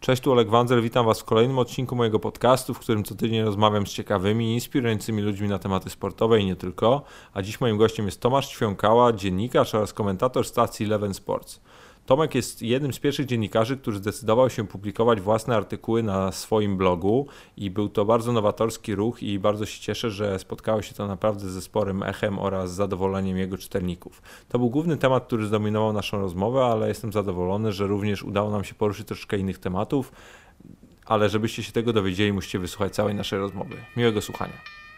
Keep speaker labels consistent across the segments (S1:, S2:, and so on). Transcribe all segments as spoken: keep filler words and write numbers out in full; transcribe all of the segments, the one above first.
S1: Cześć, tu Oleg Wandzel, witam Was w kolejnym odcinku mojego podcastu, w którym co tydzień rozmawiam z ciekawymi, inspirującymi ludźmi na tematy sportowe i nie tylko. A dziś moim gościem jest Tomasz Ćwiąkała, dziennikarz oraz komentator stacji Eleven Sports. Tomek jest jednym z pierwszych dziennikarzy, który zdecydował się publikować własne artykuły na swoim blogu i był to bardzo nowatorski ruch i bardzo się cieszę, że spotkało się to naprawdę ze sporym echem oraz zadowoleniem jego czytelników. To był główny temat, który zdominował naszą rozmowę, ale jestem zadowolony, że również udało nam się poruszyć troszeczkę innych tematów, ale żebyście się tego dowiedzieli, musicie wysłuchać całej naszej rozmowy. Miłego słuchania.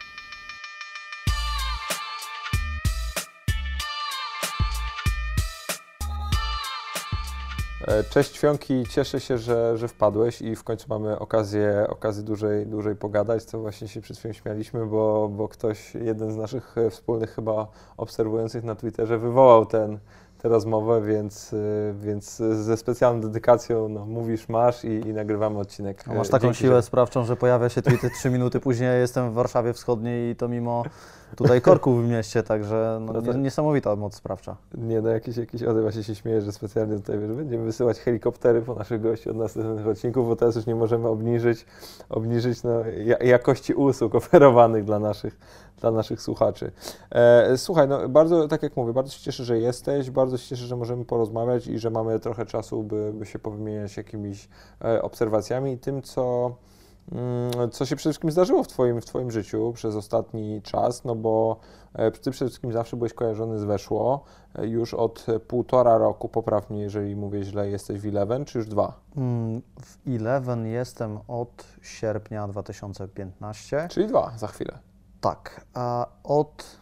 S1: Cześć Ćwiąki, cieszę się, że, że wpadłeś i w końcu mamy okazję, okazję dłużej, dłużej pogadać, co właśnie się przed chwilą śmialiśmy, bo, bo ktoś, jeden z naszych wspólnych chyba obserwujących na Twitterze wywołał ten, tę rozmowę, więc, więc ze specjalną dedykacją no, mówisz, masz i, i nagrywamy odcinek.
S2: A masz taką Dzięki, siłę że... sprawczą, że pojawia się tweety trzy minuty później, jestem w Warszawie Wschodniej i to mimo tutaj korków w mieście, także no, no to... niesamowita moc sprawcza.
S1: Nie, no jakiś, jakiś odejm, właśnie się śmieję, że specjalnie tutaj że będziemy wysyłać helikoptery po naszych gości od następnych odcinków, bo teraz już nie możemy obniżyć, obniżyć no, jakości usług oferowanych dla naszych, dla naszych słuchaczy. E, słuchaj, no bardzo, tak jak mówię, bardzo się cieszę, że jesteś, bardzo się cieszę, że możemy porozmawiać i że mamy trochę czasu, by, by się powymieniać jakimiś e, obserwacjami i tym, co co się przede wszystkim zdarzyło w twoim, w twoim życiu przez ostatni czas, no bo ty przede wszystkim zawsze byłeś kojarzony z Weszło, już od półtora roku, popraw mnie, jeżeli mówię źle, jesteś w Eleven, czy już dwa?
S2: W Eleven jestem od sierpnia dwa tysiące piętnastego.
S1: Czyli dwa, za chwilę.
S2: Tak, a od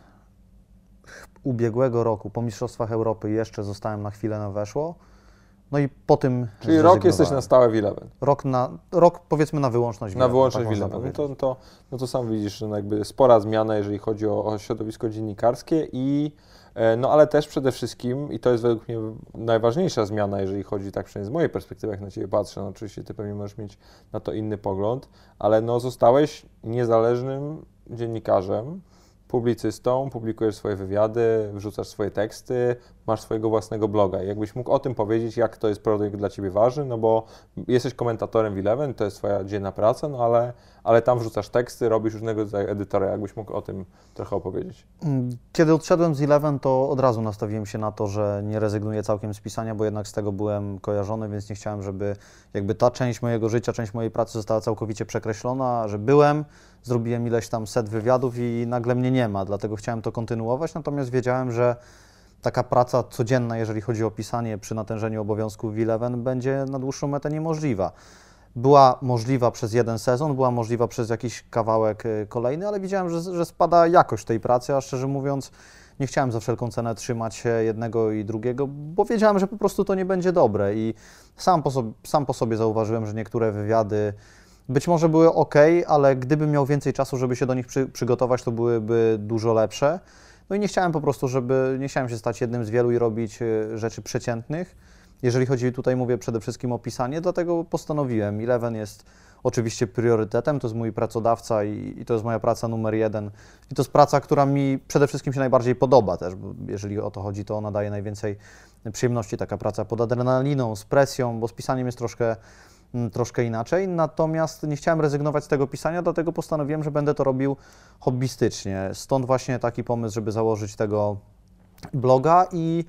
S2: ubiegłego roku, po Mistrzostwach Europy jeszcze zostałem na chwilę na Weszło. No i po tym
S1: Czyli rok jesteś na stałe w Eleven.
S2: Rok, na, rok powiedzmy na wyłączność w
S1: Na wyłączność tak w Eleven. No to, to, no to sam widzisz, że no jakby spora zmiana, jeżeli chodzi o, o środowisko dziennikarskie i no ale też przede wszystkim, i to jest według mnie najważniejsza zmiana, jeżeli chodzi, tak przynajmniej z mojej perspektywy, jak na Ciebie patrzę, no oczywiście Ty pewnie możesz mieć na to inny pogląd, ale no zostałeś niezależnym dziennikarzem, publicystą, publikujesz swoje wywiady, wrzucasz swoje teksty, masz swojego własnego bloga. Jakbyś mógł o tym powiedzieć, jak to jest projekt dla Ciebie ważny, no bo jesteś komentatorem w Eleven, to jest Twoja dzienna praca, no ale, ale tam wrzucasz teksty, robisz różnego rodzaju edytora. Jakbyś mógł o tym trochę opowiedzieć?
S2: Kiedy odszedłem z Eleven, to od razu nastawiłem się na to, że nie rezygnuję całkiem z pisania, bo jednak z tego byłem kojarzony, więc nie chciałem, żeby jakby ta część mojego życia, część mojej pracy została całkowicie przekreślona, że byłem, zrobiłem ileś tam set wywiadów i nagle mnie nie ma, dlatego chciałem to kontynuować, natomiast wiedziałem, że taka praca codzienna, jeżeli chodzi o pisanie przy natężeniu obowiązków w Eleven, będzie na dłuższą metę niemożliwa. Była możliwa przez jeden sezon, była możliwa przez jakiś kawałek kolejny, ale widziałem, że, że spada jakość tej pracy, a szczerze mówiąc nie chciałem za wszelką cenę trzymać się jednego i drugiego, bo wiedziałem, że po prostu to nie będzie dobre i sam po sobie, sam po sobie zauważyłem, że niektóre wywiady być może były ok, ale gdybym miał więcej czasu, żeby się do nich przy, przygotować, to byłyby dużo lepsze. No i nie chciałem po prostu, żeby, nie chciałem się stać jednym z wielu i robić rzeczy przeciętnych. Jeżeli chodzi tutaj, mówię przede wszystkim o pisanie, dlatego postanowiłem. Eleven jest oczywiście priorytetem, to jest mój pracodawca i, i to jest moja praca numer jeden. I to jest praca, która mi przede wszystkim się najbardziej podoba też, bo jeżeli o to chodzi, to ona daje najwięcej przyjemności, taka praca pod adrenaliną, z presją, bo z pisaniem jest troszkę troszkę inaczej, natomiast nie chciałem rezygnować z tego pisania, dlatego postanowiłem, że będę to robił hobbystycznie. Stąd właśnie taki pomysł, żeby założyć tego bloga i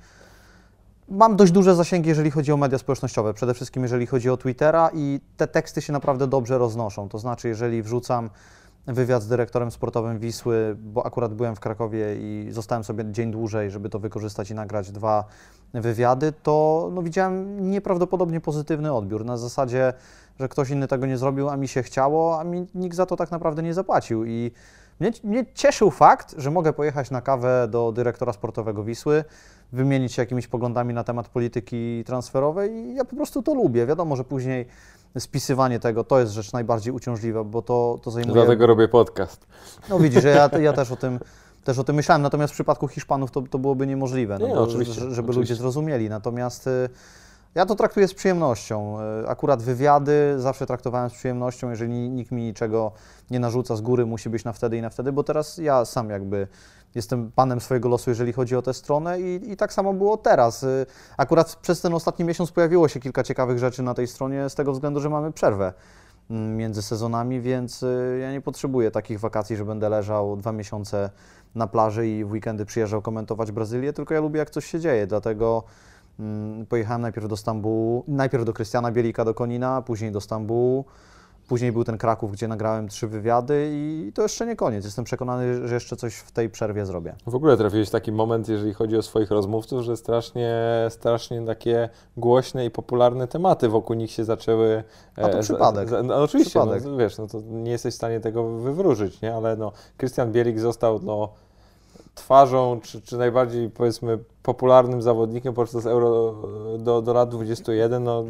S2: mam dość duże zasięgi, jeżeli chodzi o media społecznościowe, przede wszystkim jeżeli chodzi o Twittera i te teksty się naprawdę dobrze roznoszą, to znaczy jeżeli wrzucam wywiad z dyrektorem sportowym Wisły, bo akurat byłem w Krakowie i zostałem sobie dzień dłużej, żeby to wykorzystać i nagrać dwa wywiady, to no, widziałem nieprawdopodobnie pozytywny odbiór. Na zasadzie, że ktoś inny tego nie zrobił, a mi się chciało, a mi nikt za to tak naprawdę nie zapłacił. I mnie, mnie cieszył fakt, że mogę pojechać na kawę do dyrektora sportowego Wisły, wymienić się jakimiś poglądami na temat polityki transferowej i ja po prostu to lubię. Wiadomo, że później spisywanie tego to jest rzecz najbardziej uciążliwa, bo to, to zajmuje...
S1: Dlatego robię podcast.
S2: No widzisz, że ja, ja też o tym też o tym myślałem, natomiast w przypadku Hiszpanów to, to byłoby niemożliwe, no,
S1: nie,
S2: bo,
S1: oczywiście,
S2: żeby
S1: oczywiście.
S2: ludzie zrozumieli. Natomiast Ja to traktuję z przyjemnością. Akurat wywiady zawsze traktowałem z przyjemnością, jeżeli nikt mi niczego nie narzuca z góry, musi być na wtedy i na wtedy, bo teraz ja sam jakby jestem panem swojego losu, jeżeli chodzi o tę stronę i, i tak samo było teraz. Akurat przez ten ostatni miesiąc pojawiło się kilka ciekawych rzeczy na tej stronie z tego względu, że mamy przerwę między sezonami, więc ja nie potrzebuję takich wakacji, że będę leżał dwa miesiące na plaży i w weekendy przyjeżdżał komentować Brazylię, tylko ja lubię, jak coś się dzieje, dlatego mm, pojechałem najpierw do Stambułu, najpierw do Krystiana Bielika do Konina, później do Stambułu, później był ten Kraków, gdzie nagrałem trzy wywiady i to jeszcze nie koniec. Jestem przekonany, że jeszcze coś w tej przerwie zrobię.
S1: W ogóle trafiłeś w taki moment, jeżeli chodzi o swoich rozmówców, że strasznie, strasznie takie głośne i popularne tematy wokół nich się zaczęły...
S2: A to
S1: e,
S2: przypadek.
S1: Z, no oczywiście,
S2: przypadek.
S1: No, wiesz, no to nie jesteś w stanie tego wywróżyć, nie? Ale no, Krystian Bielik został no, twarzą, czy, czy najbardziej powiedzmy popularnym zawodnikiem podczas Euro do, do lat dwudziestu jeden, no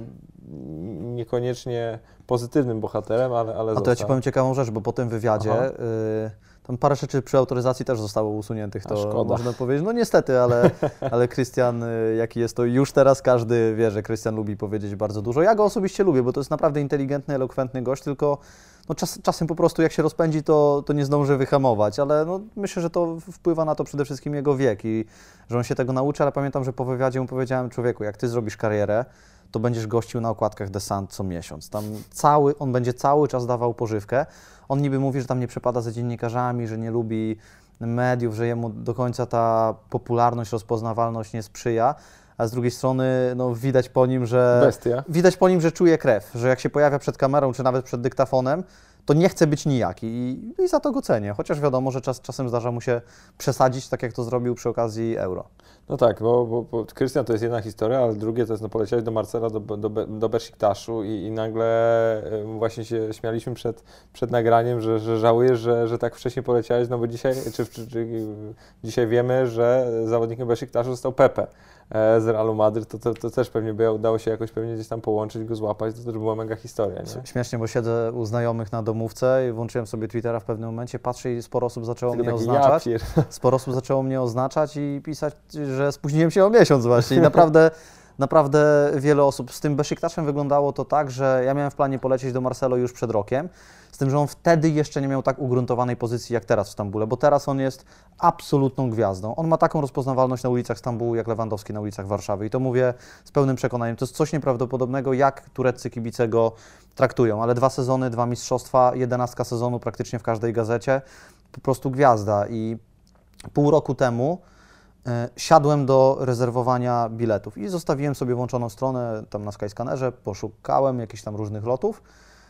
S1: niekoniecznie pozytywnym bohaterem, ale, ale
S2: A
S1: został.
S2: to ja Ci powiem ciekawą rzecz, bo po tym wywiadzie y, tam parę rzeczy przy autoryzacji też zostało usuniętych, to
S1: szkoda.
S2: można powiedzieć. No niestety, ale, ale Krystian, y, jaki jest to już teraz, każdy wie, że Krystian lubi powiedzieć bardzo dużo. Ja go osobiście lubię, bo to jest naprawdę inteligentny, elokwentny gość, tylko no, czas, czasem po prostu jak się rozpędzi, to, to nie zdąży wyhamować, ale no, myślę, że to wpływa na to przede wszystkim jego wiek i że on się tego nauczy, ale pamiętam, że po wywiadzie mu powiedziałem: człowieku, jak Ty zrobisz karierę, to będziesz gościł na okładkach The Sun co miesiąc. Tam cały, on będzie cały czas dawał pożywkę. On niby mówi, że tam nie przepada za dziennikarzami, że nie lubi mediów, że jemu do końca ta popularność, rozpoznawalność nie sprzyja, a z drugiej strony no, widać po nim, że
S1: Bestia.
S2: widać po nim, że czuje krew, że jak się pojawia przed kamerą, czy nawet przed dyktafonem, to nie chce być nijaki i, i za to go cenię, chociaż wiadomo, że czas, czasem zdarza mu się przesadzić, tak jak to zrobił przy okazji Euro.
S1: No tak, bo, bo, bo Krystian to jest jedna historia, ale drugie to jest, no poleciałeś do Marcela, do, do, do Besiktaszu i, i nagle właśnie się śmialiśmy przed, przed nagraniem, że, że żałujesz, że, że tak wcześnie poleciałeś, no bo dzisiaj, czy, czy, czy, dzisiaj wiemy, że zawodnikiem Besiktaszu został Pepe z Realu Madryt, to, to, to też pewnie by udało się jakoś pewnie gdzieś tam połączyć, go złapać, to też była mega historia, nie?
S2: Śmiesznie, bo siedzę u znajomych na domówce i włączyłem sobie Twittera w pewnym momencie, patrzę i sporo osób zaczęło
S1: Tylko
S2: mnie
S1: taki
S2: oznaczać.
S1: japier.
S2: Sporo osób zaczęło mnie oznaczać i pisać, że spóźniłem się o miesiąc właśnie. I naprawdę, naprawdę wiele osób. Z tym Besiktaszem wyglądało to tak, że ja miałem w planie polecieć do Marcelo już przed rokiem, z tym, że on wtedy jeszcze nie miał tak ugruntowanej pozycji jak teraz w Stambule, bo teraz on jest absolutną gwiazdą. On ma taką rozpoznawalność na ulicach Stambułu jak Lewandowski na ulicach Warszawy i to mówię z pełnym przekonaniem. To jest coś nieprawdopodobnego, jak tureccy kibice go traktują, ale dwa sezony, dwa mistrzostwa, jedenastka sezonu praktycznie w każdej gazecie, po prostu gwiazda. I pół roku temu y, siadłem do rezerwowania biletów i zostawiłem sobie włączoną stronę tam na Skyscannerze, poszukałem jakichś tam różnych lotów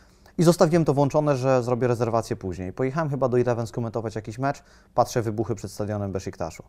S2: i zostawiłem to włączone, że zrobię rezerwację później. Pojechałem chyba do Eleven skomentować jakiś mecz, patrzę wybuchy przed stadionem Besiktaszu.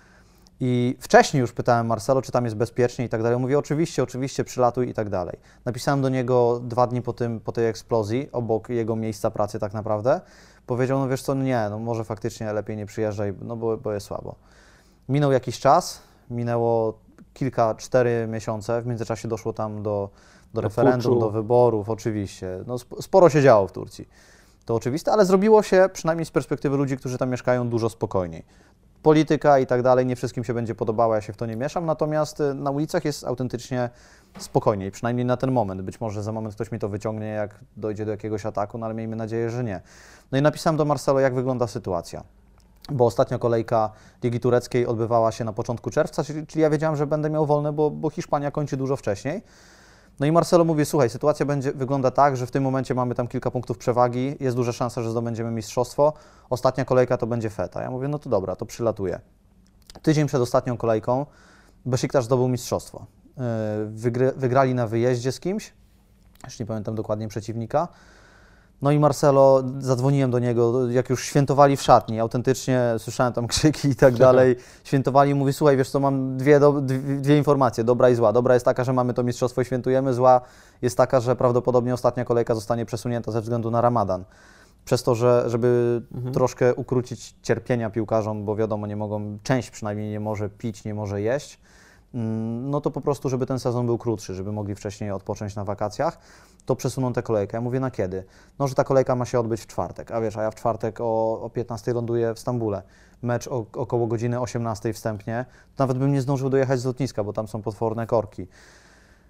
S2: I wcześniej już pytałem Marcelo, czy tam jest bezpiecznie i tak dalej. Mówię, oczywiście, oczywiście, przylatuj i tak dalej. Napisałem do niego dwa dni po, tym, po tej eksplozji, obok jego miejsca pracy tak naprawdę. Powiedział, no wiesz co, nie, no może faktycznie lepiej nie przyjeżdżaj, no bo, bo jest słabo. Minął jakiś czas, minęło kilka, cztery miesiące, w międzyczasie doszło tam do, do referendum, do wyborów, oczywiście. No sporo się działo w Turcji, to oczywiste, ale zrobiło się, przynajmniej z perspektywy ludzi, którzy tam mieszkają, dużo spokojniej. Polityka i tak dalej, nie wszystkim się będzie podobała, ja się w to nie mieszam, natomiast na ulicach jest autentycznie spokojniej, przynajmniej na ten moment. Być może za moment ktoś mi to wyciągnie, jak dojdzie do jakiegoś ataku, no ale miejmy nadzieję, że nie. No i napisałem do Marcelo, jak wygląda sytuacja, bo ostatnia kolejka Ligi Tureckiej odbywała się na początku czerwca, czyli, czyli ja wiedziałem, że będę miał wolne, bo, bo Hiszpania kończy dużo wcześniej. No i Marcelo mówi, słuchaj, sytuacja będzie, wygląda tak, że w tym momencie mamy tam kilka punktów przewagi, jest duża szansa, że zdobędziemy mistrzostwo, ostatnia kolejka to będzie Feta. Ja mówię, no to dobra, to przylatuję. Tydzień przed ostatnią kolejką Besiktasz zdobył mistrzostwo. Wygry, wygrali na wyjeździe z kimś, już nie pamiętam dokładnie przeciwnika. No i Marcelo, zadzwoniłem do niego, jak już świętowali w szatni, autentycznie słyszałem tam krzyki i tak dalej, świętowali i mówi, słuchaj, wiesz co, mam dwie, do, dwie, dwie informacje, dobra i zła. Dobra jest taka, że mamy to mistrzostwo i świętujemy, zła jest taka, że prawdopodobnie ostatnia kolejka zostanie przesunięta ze względu na Ramadan. Przez to, że żeby mhm. troszkę ukrócić cierpienia piłkarzom, bo wiadomo, nie mogą, część przynajmniej nie może pić, nie może jeść, no to po prostu, żeby ten sezon był krótszy, żeby mogli wcześniej odpocząć na wakacjach, to przesuną tę kolejkę. Ja mówię, na kiedy? No, że ta kolejka ma się odbyć w czwartek, a wiesz, a ja w czwartek o, o piętnastej ląduję w Stambule. Mecz o, około godziny osiemnastej wstępnie, to nawet bym nie zdążył dojechać z lotniska, bo tam są potworne korki.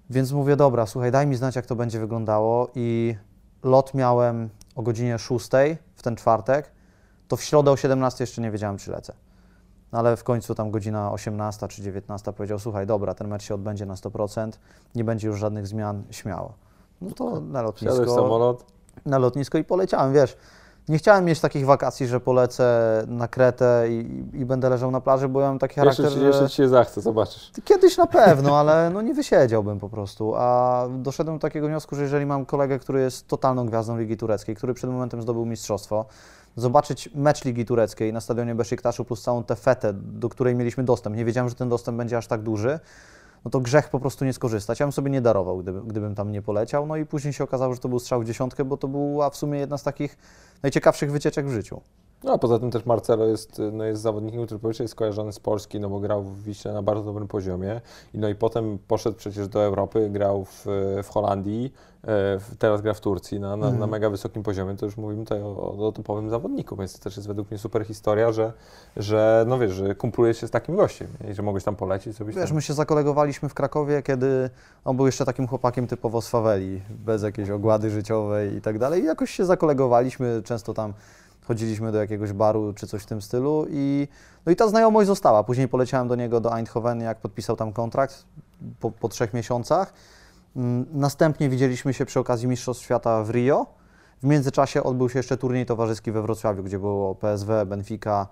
S2: Więc mówię, dobra, słuchaj, daj mi znać, jak to będzie wyglądało i lot miałem o godzinie szóstej w ten czwartek, to w środę o siedemnastej jeszcze nie wiedziałem, czy lecę. Ale w końcu tam godzina osiemnasta czy dziewiętnasta powiedział, słuchaj, dobra, ten mecz się odbędzie na sto procent, nie będzie już żadnych zmian, śmiało. No to na lotnisko,
S1: Wsiadłeś w samolot.
S2: na lotnisko i poleciałem, wiesz. Nie chciałem mieć takich wakacji, że polecę na Kretę i, i będę leżał na plaży, bo ja mam taki charakter,
S1: Jeszcze, ci-
S2: że...
S1: jeszcze ci się zachce, zobaczysz.
S2: Kiedyś na pewno, ale no nie wysiedziałbym po prostu, a doszedłem do takiego wniosku, że jeżeli mam kolegę, który jest totalną gwiazdą Ligi Tureckiej, który przed momentem zdobył mistrzostwo, zobaczyć mecz Ligi Tureckiej na stadionie Besiktaszu plus całą tę fetę, do której mieliśmy dostęp, nie wiedziałem, że ten dostęp będzie aż tak duży, no to grzech po prostu nie skorzystać. Ja bym sobie nie darował, gdyby, gdybym tam nie poleciał, no i później się okazało, że to był strzał w dziesiątkę, bo to była w sumie jedna z takich najciekawszych wycieczek w życiu.
S1: No a poza tym też Marcelo jest, no jest zawodnikiem, który powiedzmy jest kojarzony z Polski, no bo grał w Wiśle na bardzo dobrym poziomie. I no i potem poszedł przecież do Europy, grał w, w Holandii, e, teraz gra w Turcji na, na,
S2: Mhm.
S1: na mega wysokim poziomie. To już mówimy tutaj o, o topowym zawodniku, więc to też jest według mnie super historia, że, że no wiesz, że kumplujesz się z takim gościem i że mogłeś tam polecieć, zrobić
S2: Wiesz,
S1: tam.
S2: my się zakolegowaliśmy w Krakowie, kiedy on był jeszcze takim chłopakiem typowo z faweli, bez jakiejś ogłady życiowej i tak dalej. I jakoś się zakolegowaliśmy, często tam chodziliśmy do jakiegoś baru czy coś w tym stylu i, no i ta znajomość została. Później poleciałem do niego do Eindhoven, jak podpisał tam kontrakt po, po trzech miesiącach. Mm, Następnie widzieliśmy się przy okazji Mistrzostw Świata w Rio. W międzyczasie odbył się jeszcze turniej towarzyski we Wrocławiu, gdzie było P S W, Benfica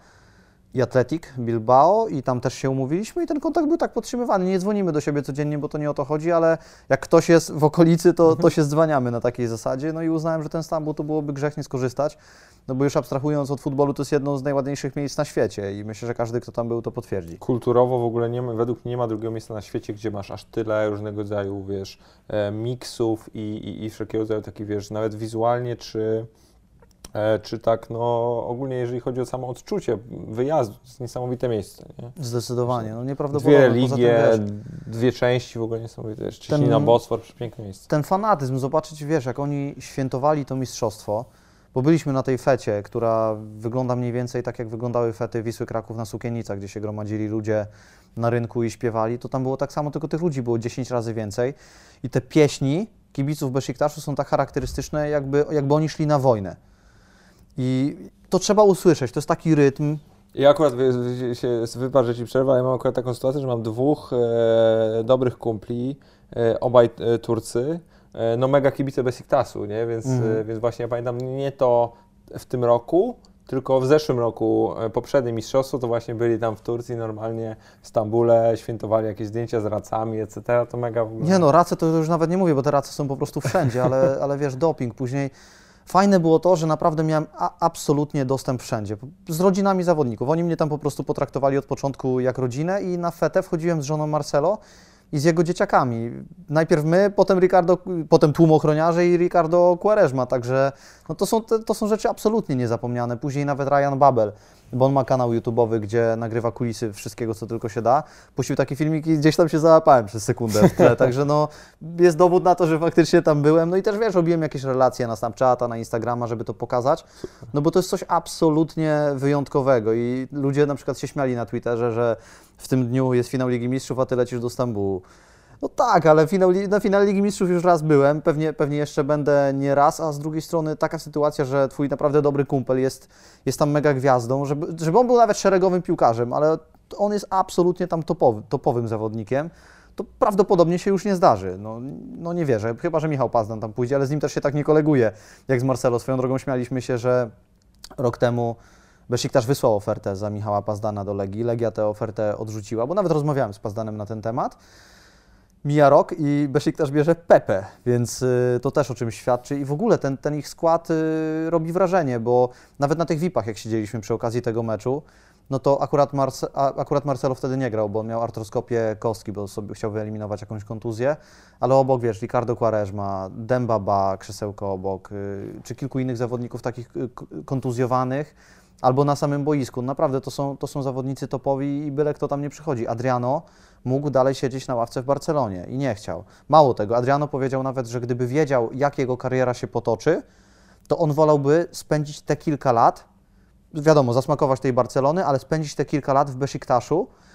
S2: i Athletic Bilbao i tam też się umówiliśmy i ten kontakt był tak podtrzymywany. Nie dzwonimy do siebie codziennie, bo to nie o to chodzi, ale jak ktoś jest w okolicy, to, to się dzwaniamy na takiej zasadzie. No i uznałem, że ten Stambuł to byłoby grzech nie skorzystać, no bo już abstrahując od futbolu, to jest jedno z najładniejszych miejsc na świecie i myślę, że każdy, kto tam był, to potwierdzi.
S1: Kulturowo w ogóle nie ma, według mnie nie ma drugiego miejsca na świecie, gdzie masz aż tyle różnego rodzaju, wiesz, e, miksów i, i, i wszelkiego rodzaju takich, wiesz, nawet wizualnie czy, e, czy tak, no ogólnie jeżeli chodzi o samo odczucie wyjazdu, to jest niesamowite miejsce, nie?
S2: Zdecydowanie, no nieprawdopodobne.
S1: Dwie
S2: Poza tym,
S1: religie,
S2: wiesz,
S1: dwie części w ogóle niesamowite, wiesz,
S2: Ten-
S1: Cieśnina, Bosfor, przepiękne miejsce.
S2: ten fanatyzm, zobaczyć, wiesz, jak oni świętowali to mistrzostwo, bo byliśmy na tej fecie, która wygląda mniej więcej tak, jak wyglądały fety Wisły Kraków na Sukienicach, gdzie się gromadzili ludzie na rynku i śpiewali, to tam było tak samo, tylko tych ludzi było dziesięć razy więcej i te pieśni kibiców Besiktaszu są tak charakterystyczne, jakby, jakby oni szli na wojnę. I to trzeba usłyszeć, to jest taki rytm.
S1: Ja akurat, wy- się wypad, że Ci przerwę, ale mam akurat taką sytuację, że mam dwóch e, dobrych kumpli, e, obaj e, Turcy, e, no mega kibice Besiktasu, nie? Więc,
S2: Mhm.
S1: e, więc właśnie ja pamiętam nie to w tym roku, tylko w zeszłym roku, e, poprzednie mistrzostwo, to właśnie byli tam w Turcji normalnie, w Stambule, świętowali jakieś zdjęcia z racami, et cetera. To mega w ogóle.
S2: Nie no, race to już nawet nie mówię, bo te race są po prostu wszędzie, ale, ale wiesz, doping później. Fajne było to, że naprawdę miałem a, absolutnie dostęp wszędzie, z rodzinami zawodników. Oni mnie tam po prostu potraktowali od początku jak rodzinę i na fetę wchodziłem z żoną Marcelo i z jego dzieciakami. Najpierw my, potem Ricardo, potem tłum ochroniarzy i Ricardo Quaresma, także no to, są, to są rzeczy absolutnie niezapomniane. Później nawet Ryan Babel, bo on ma kanał YouTube'owy, gdzie nagrywa kulisy wszystkiego, co tylko się da. Puścił taki filmik i gdzieś tam się załapałem przez sekundę w tle, także no jest dowód na to, że faktycznie tam byłem. No i też wiesz, robiłem jakieś relacje na Snapchata, na Instagrama, żeby to pokazać, no bo to jest coś absolutnie wyjątkowego i ludzie na przykład się śmiali na Twitterze, że w tym dniu jest finał Ligi Mistrzów, a ty lecisz do Stambułu. No tak, ale finał, li- na finale Ligi Mistrzów już raz byłem, pewnie, pewnie jeszcze będę nie raz, a z drugiej strony taka sytuacja, że twój naprawdę dobry kumpel jest, jest tam mega gwiazdą, żeby, żeby on był nawet szeregowym piłkarzem, ale on jest absolutnie tam topowy, topowym zawodnikiem, to prawdopodobnie się już nie zdarzy. No, no nie wierzę, chyba że Michał Pazdan tam pójdzie, ale z nim też się tak nie koleguje, jak z Marcelo. Swoją drogą śmialiśmy się, że rok temu Besiktas wysłał ofertę za Michała Pazdana do Legii. Legia tę ofertę odrzuciła, bo nawet rozmawiałem z Pazdanem na ten temat. Mija rok i Besiktas bierze Pepe, więc y, to też o czymś świadczy i w ogóle ten, ten ich skład y, robi wrażenie, bo nawet na tych V I P-ach, jak siedzieliśmy przy okazji tego meczu, no to akurat, Marce, a, akurat Marcelo wtedy nie grał, bo on miał artroskopię kostki, bo sobie chciał wyeliminować jakąś kontuzję, ale obok, wiesz, Ricardo Quaresma, Demba Ba, krzesełko obok, y, czy kilku innych zawodników takich y, k- kontuzjowanych, albo na samym boisku. Naprawdę to są, to są zawodnicy topowi i byle kto tam nie przychodzi. Adriano mógł dalej siedzieć na ławce w Barcelonie i nie chciał. Mało tego, Adriano powiedział nawet, że gdyby wiedział, jak jego kariera się potoczy, to on wolałby spędzić te kilka lat, wiadomo, zasmakować tej Barcelony, ale spędzić te kilka lat w Besiktaszu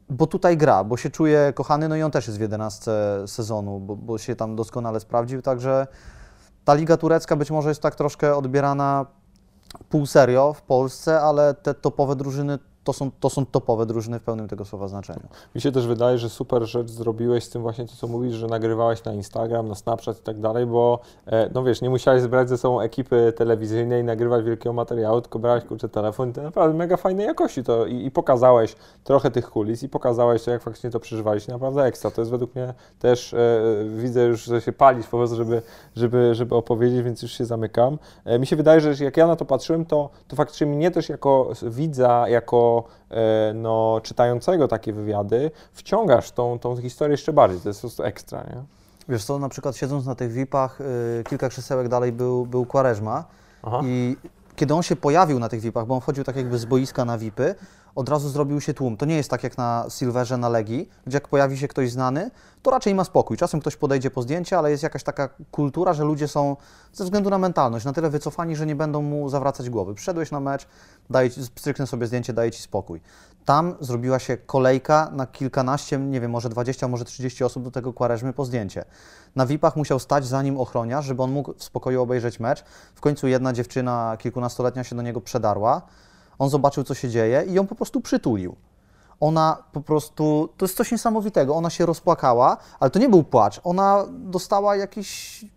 S2: bo tutaj gra, bo się czuje kochany, no i on też jest w jedenastce sezonu, bo, bo się tam doskonale sprawdził, także ta liga turecka być może jest tak troszkę odbierana pół serio w Polsce, ale te topowe drużyny to są, to są topowe drużyny w pełnym tego słowa znaczeniu.
S1: Mi się też wydaje, że super rzecz zrobiłeś z tym właśnie to, co mówisz, że nagrywałeś na Instagram, na Snapchat i tak dalej, bo e, no wiesz, nie musiałeś zbrać ze sobą ekipy telewizyjnej i nagrywać wielkiego materiału, tylko brałeś kurczę telefon i to naprawdę mega fajnej jakości to i, i pokazałeś trochę tych kulis i pokazałeś to, jak faktycznie to przeżywaliście, naprawdę ekstra. To jest według mnie też, e, widzę już, że się palisz po prostu, żeby, żeby, żeby opowiedzieć, więc już się zamykam. E, mi się wydaje, że jak ja na to patrzyłem, to, to faktycznie mnie też jako widza, jako no, czytającego takie wywiady, wciągasz tą, tą historię jeszcze bardziej, to jest po prostu ekstra, nie?
S2: Wiesz co, na przykład siedząc na tych V I P-ach, yy, kilka krzesełek dalej był, był Quaresma. Aha. I kiedy on się pojawił na tych V I P-ach, bo on wchodził tak jakby z boiska na V I P-y, od razu zrobił się tłum. To nie jest tak jak na Silverze, na Legii, gdzie jak pojawi się ktoś znany, to raczej ma spokój. Czasem ktoś podejdzie po zdjęcie, ale jest jakaś taka kultura, że ludzie są ze względu na mentalność na tyle wycofani, że nie będą mu zawracać głowy. Przyszedłeś na mecz, daję ci, stryknę sobie zdjęcie, daję ci spokój. Tam zrobiła się kolejka na kilkanaście, nie wiem, może dwadzieścia, może trzydzieści osób do tego Quaresmy po zdjęcie. Na V I P-ach musiał stać za nim ochroniarz, żeby on mógł w spokoju obejrzeć mecz. W końcu jedna dziewczyna, kilkunastoletnia, się do niego przedarła. On zobaczył, co się dzieje i ją po prostu przytulił. Ona po prostu, to jest coś niesamowitego, ona się rozpłakała, ale to nie był płacz, ona dostała jakiś,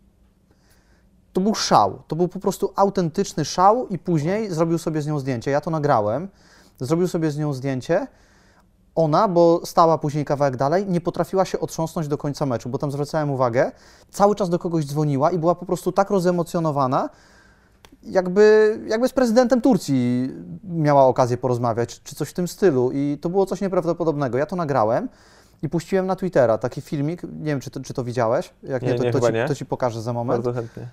S2: to był szał, to był po prostu autentyczny szał i później zrobił sobie z nią zdjęcie. Ja to nagrałem, zrobił sobie z nią zdjęcie. Ona, bo stała później kawałek dalej, nie potrafiła się otrząsnąć do końca meczu, bo tam zwracałem uwagę, cały czas do kogoś dzwoniła i była po prostu tak rozemocjonowana, jakby, jakby z prezydentem Turcji miała okazję porozmawiać, czy coś w tym stylu i to było coś nieprawdopodobnego. Ja to nagrałem i puściłem na Twittera taki filmik, nie wiem, czy to, czy to widziałeś, jak nie,
S1: nie,
S2: to,
S1: nie,
S2: to, ci,
S1: nie.
S2: to ci pokażę za moment.
S1: Bardzo chętnie.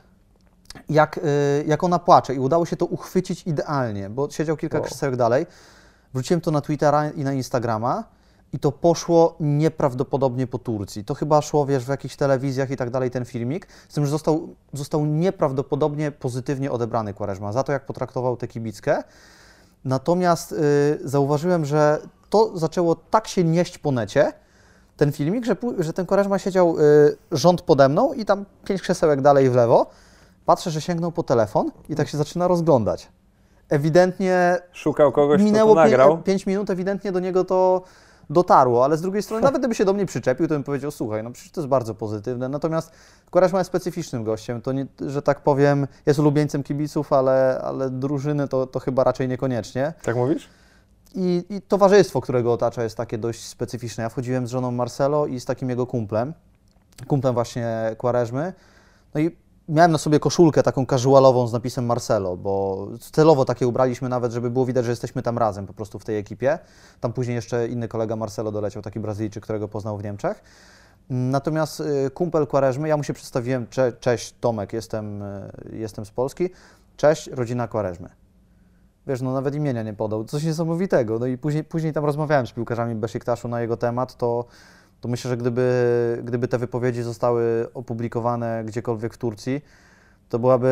S2: Jak, jak ona płacze i udało się to uchwycić idealnie, bo siedział kilka
S1: Wow.
S2: krzesełek dalej. Wrzuciłem to na Twittera i na Instagrama i to poszło nieprawdopodobnie po Turcji. To chyba szło, wiesz, w jakichś telewizjach i tak dalej ten filmik, z tym, że został, został nieprawdopodobnie pozytywnie odebrany Quaresma za to, jak potraktował tę kibickę. Natomiast y, zauważyłem, że to zaczęło tak się nieść po necie, ten filmik, że, że ten Quaresma siedział y, rząd pode mną i tam pięć krzesełek dalej w lewo. Patrzę, że sięgnął po telefon i tak się zaczyna rozglądać. Ewidentnie
S1: szukał kogoś,
S2: minęło
S1: kto to nagrał.
S2: pięć minut, ewidentnie do niego to dotarło, ale z drugiej strony nawet gdyby się do mnie przyczepił, to bym powiedział, słuchaj, no przecież to jest bardzo pozytywne. Natomiast Quaresma jest specyficznym gościem, to nie, że tak powiem, jest ulubieńcem kibiców, ale, ale drużyny to, to chyba raczej niekoniecznie.
S1: Tak mówisz?
S2: I, I towarzystwo, którego otacza, jest takie dość specyficzne. Ja wchodziłem z żoną Marcelo i z takim jego kumplem, kumplem właśnie Quaresmy, no i miałem na sobie koszulkę taką casualową z napisem Marcelo, bo celowo takie ubraliśmy nawet, żeby było widać, że jesteśmy tam razem po prostu w tej ekipie. Tam później jeszcze inny kolega Marcelo doleciał, taki Brazylijczyk, którego poznał w Niemczech. Natomiast kumpel Quaresmy, ja mu się przedstawiłem, cze, cześć Tomek, jestem, jestem z Polski, cześć rodzina Quaresmy. Wiesz, no nawet imienia nie podał, coś niesamowitego. No i później, później tam rozmawiałem z piłkarzami Besiktaszu na jego temat, to to myślę, że gdyby, gdyby te wypowiedzi zostały opublikowane gdziekolwiek w Turcji, to byłaby,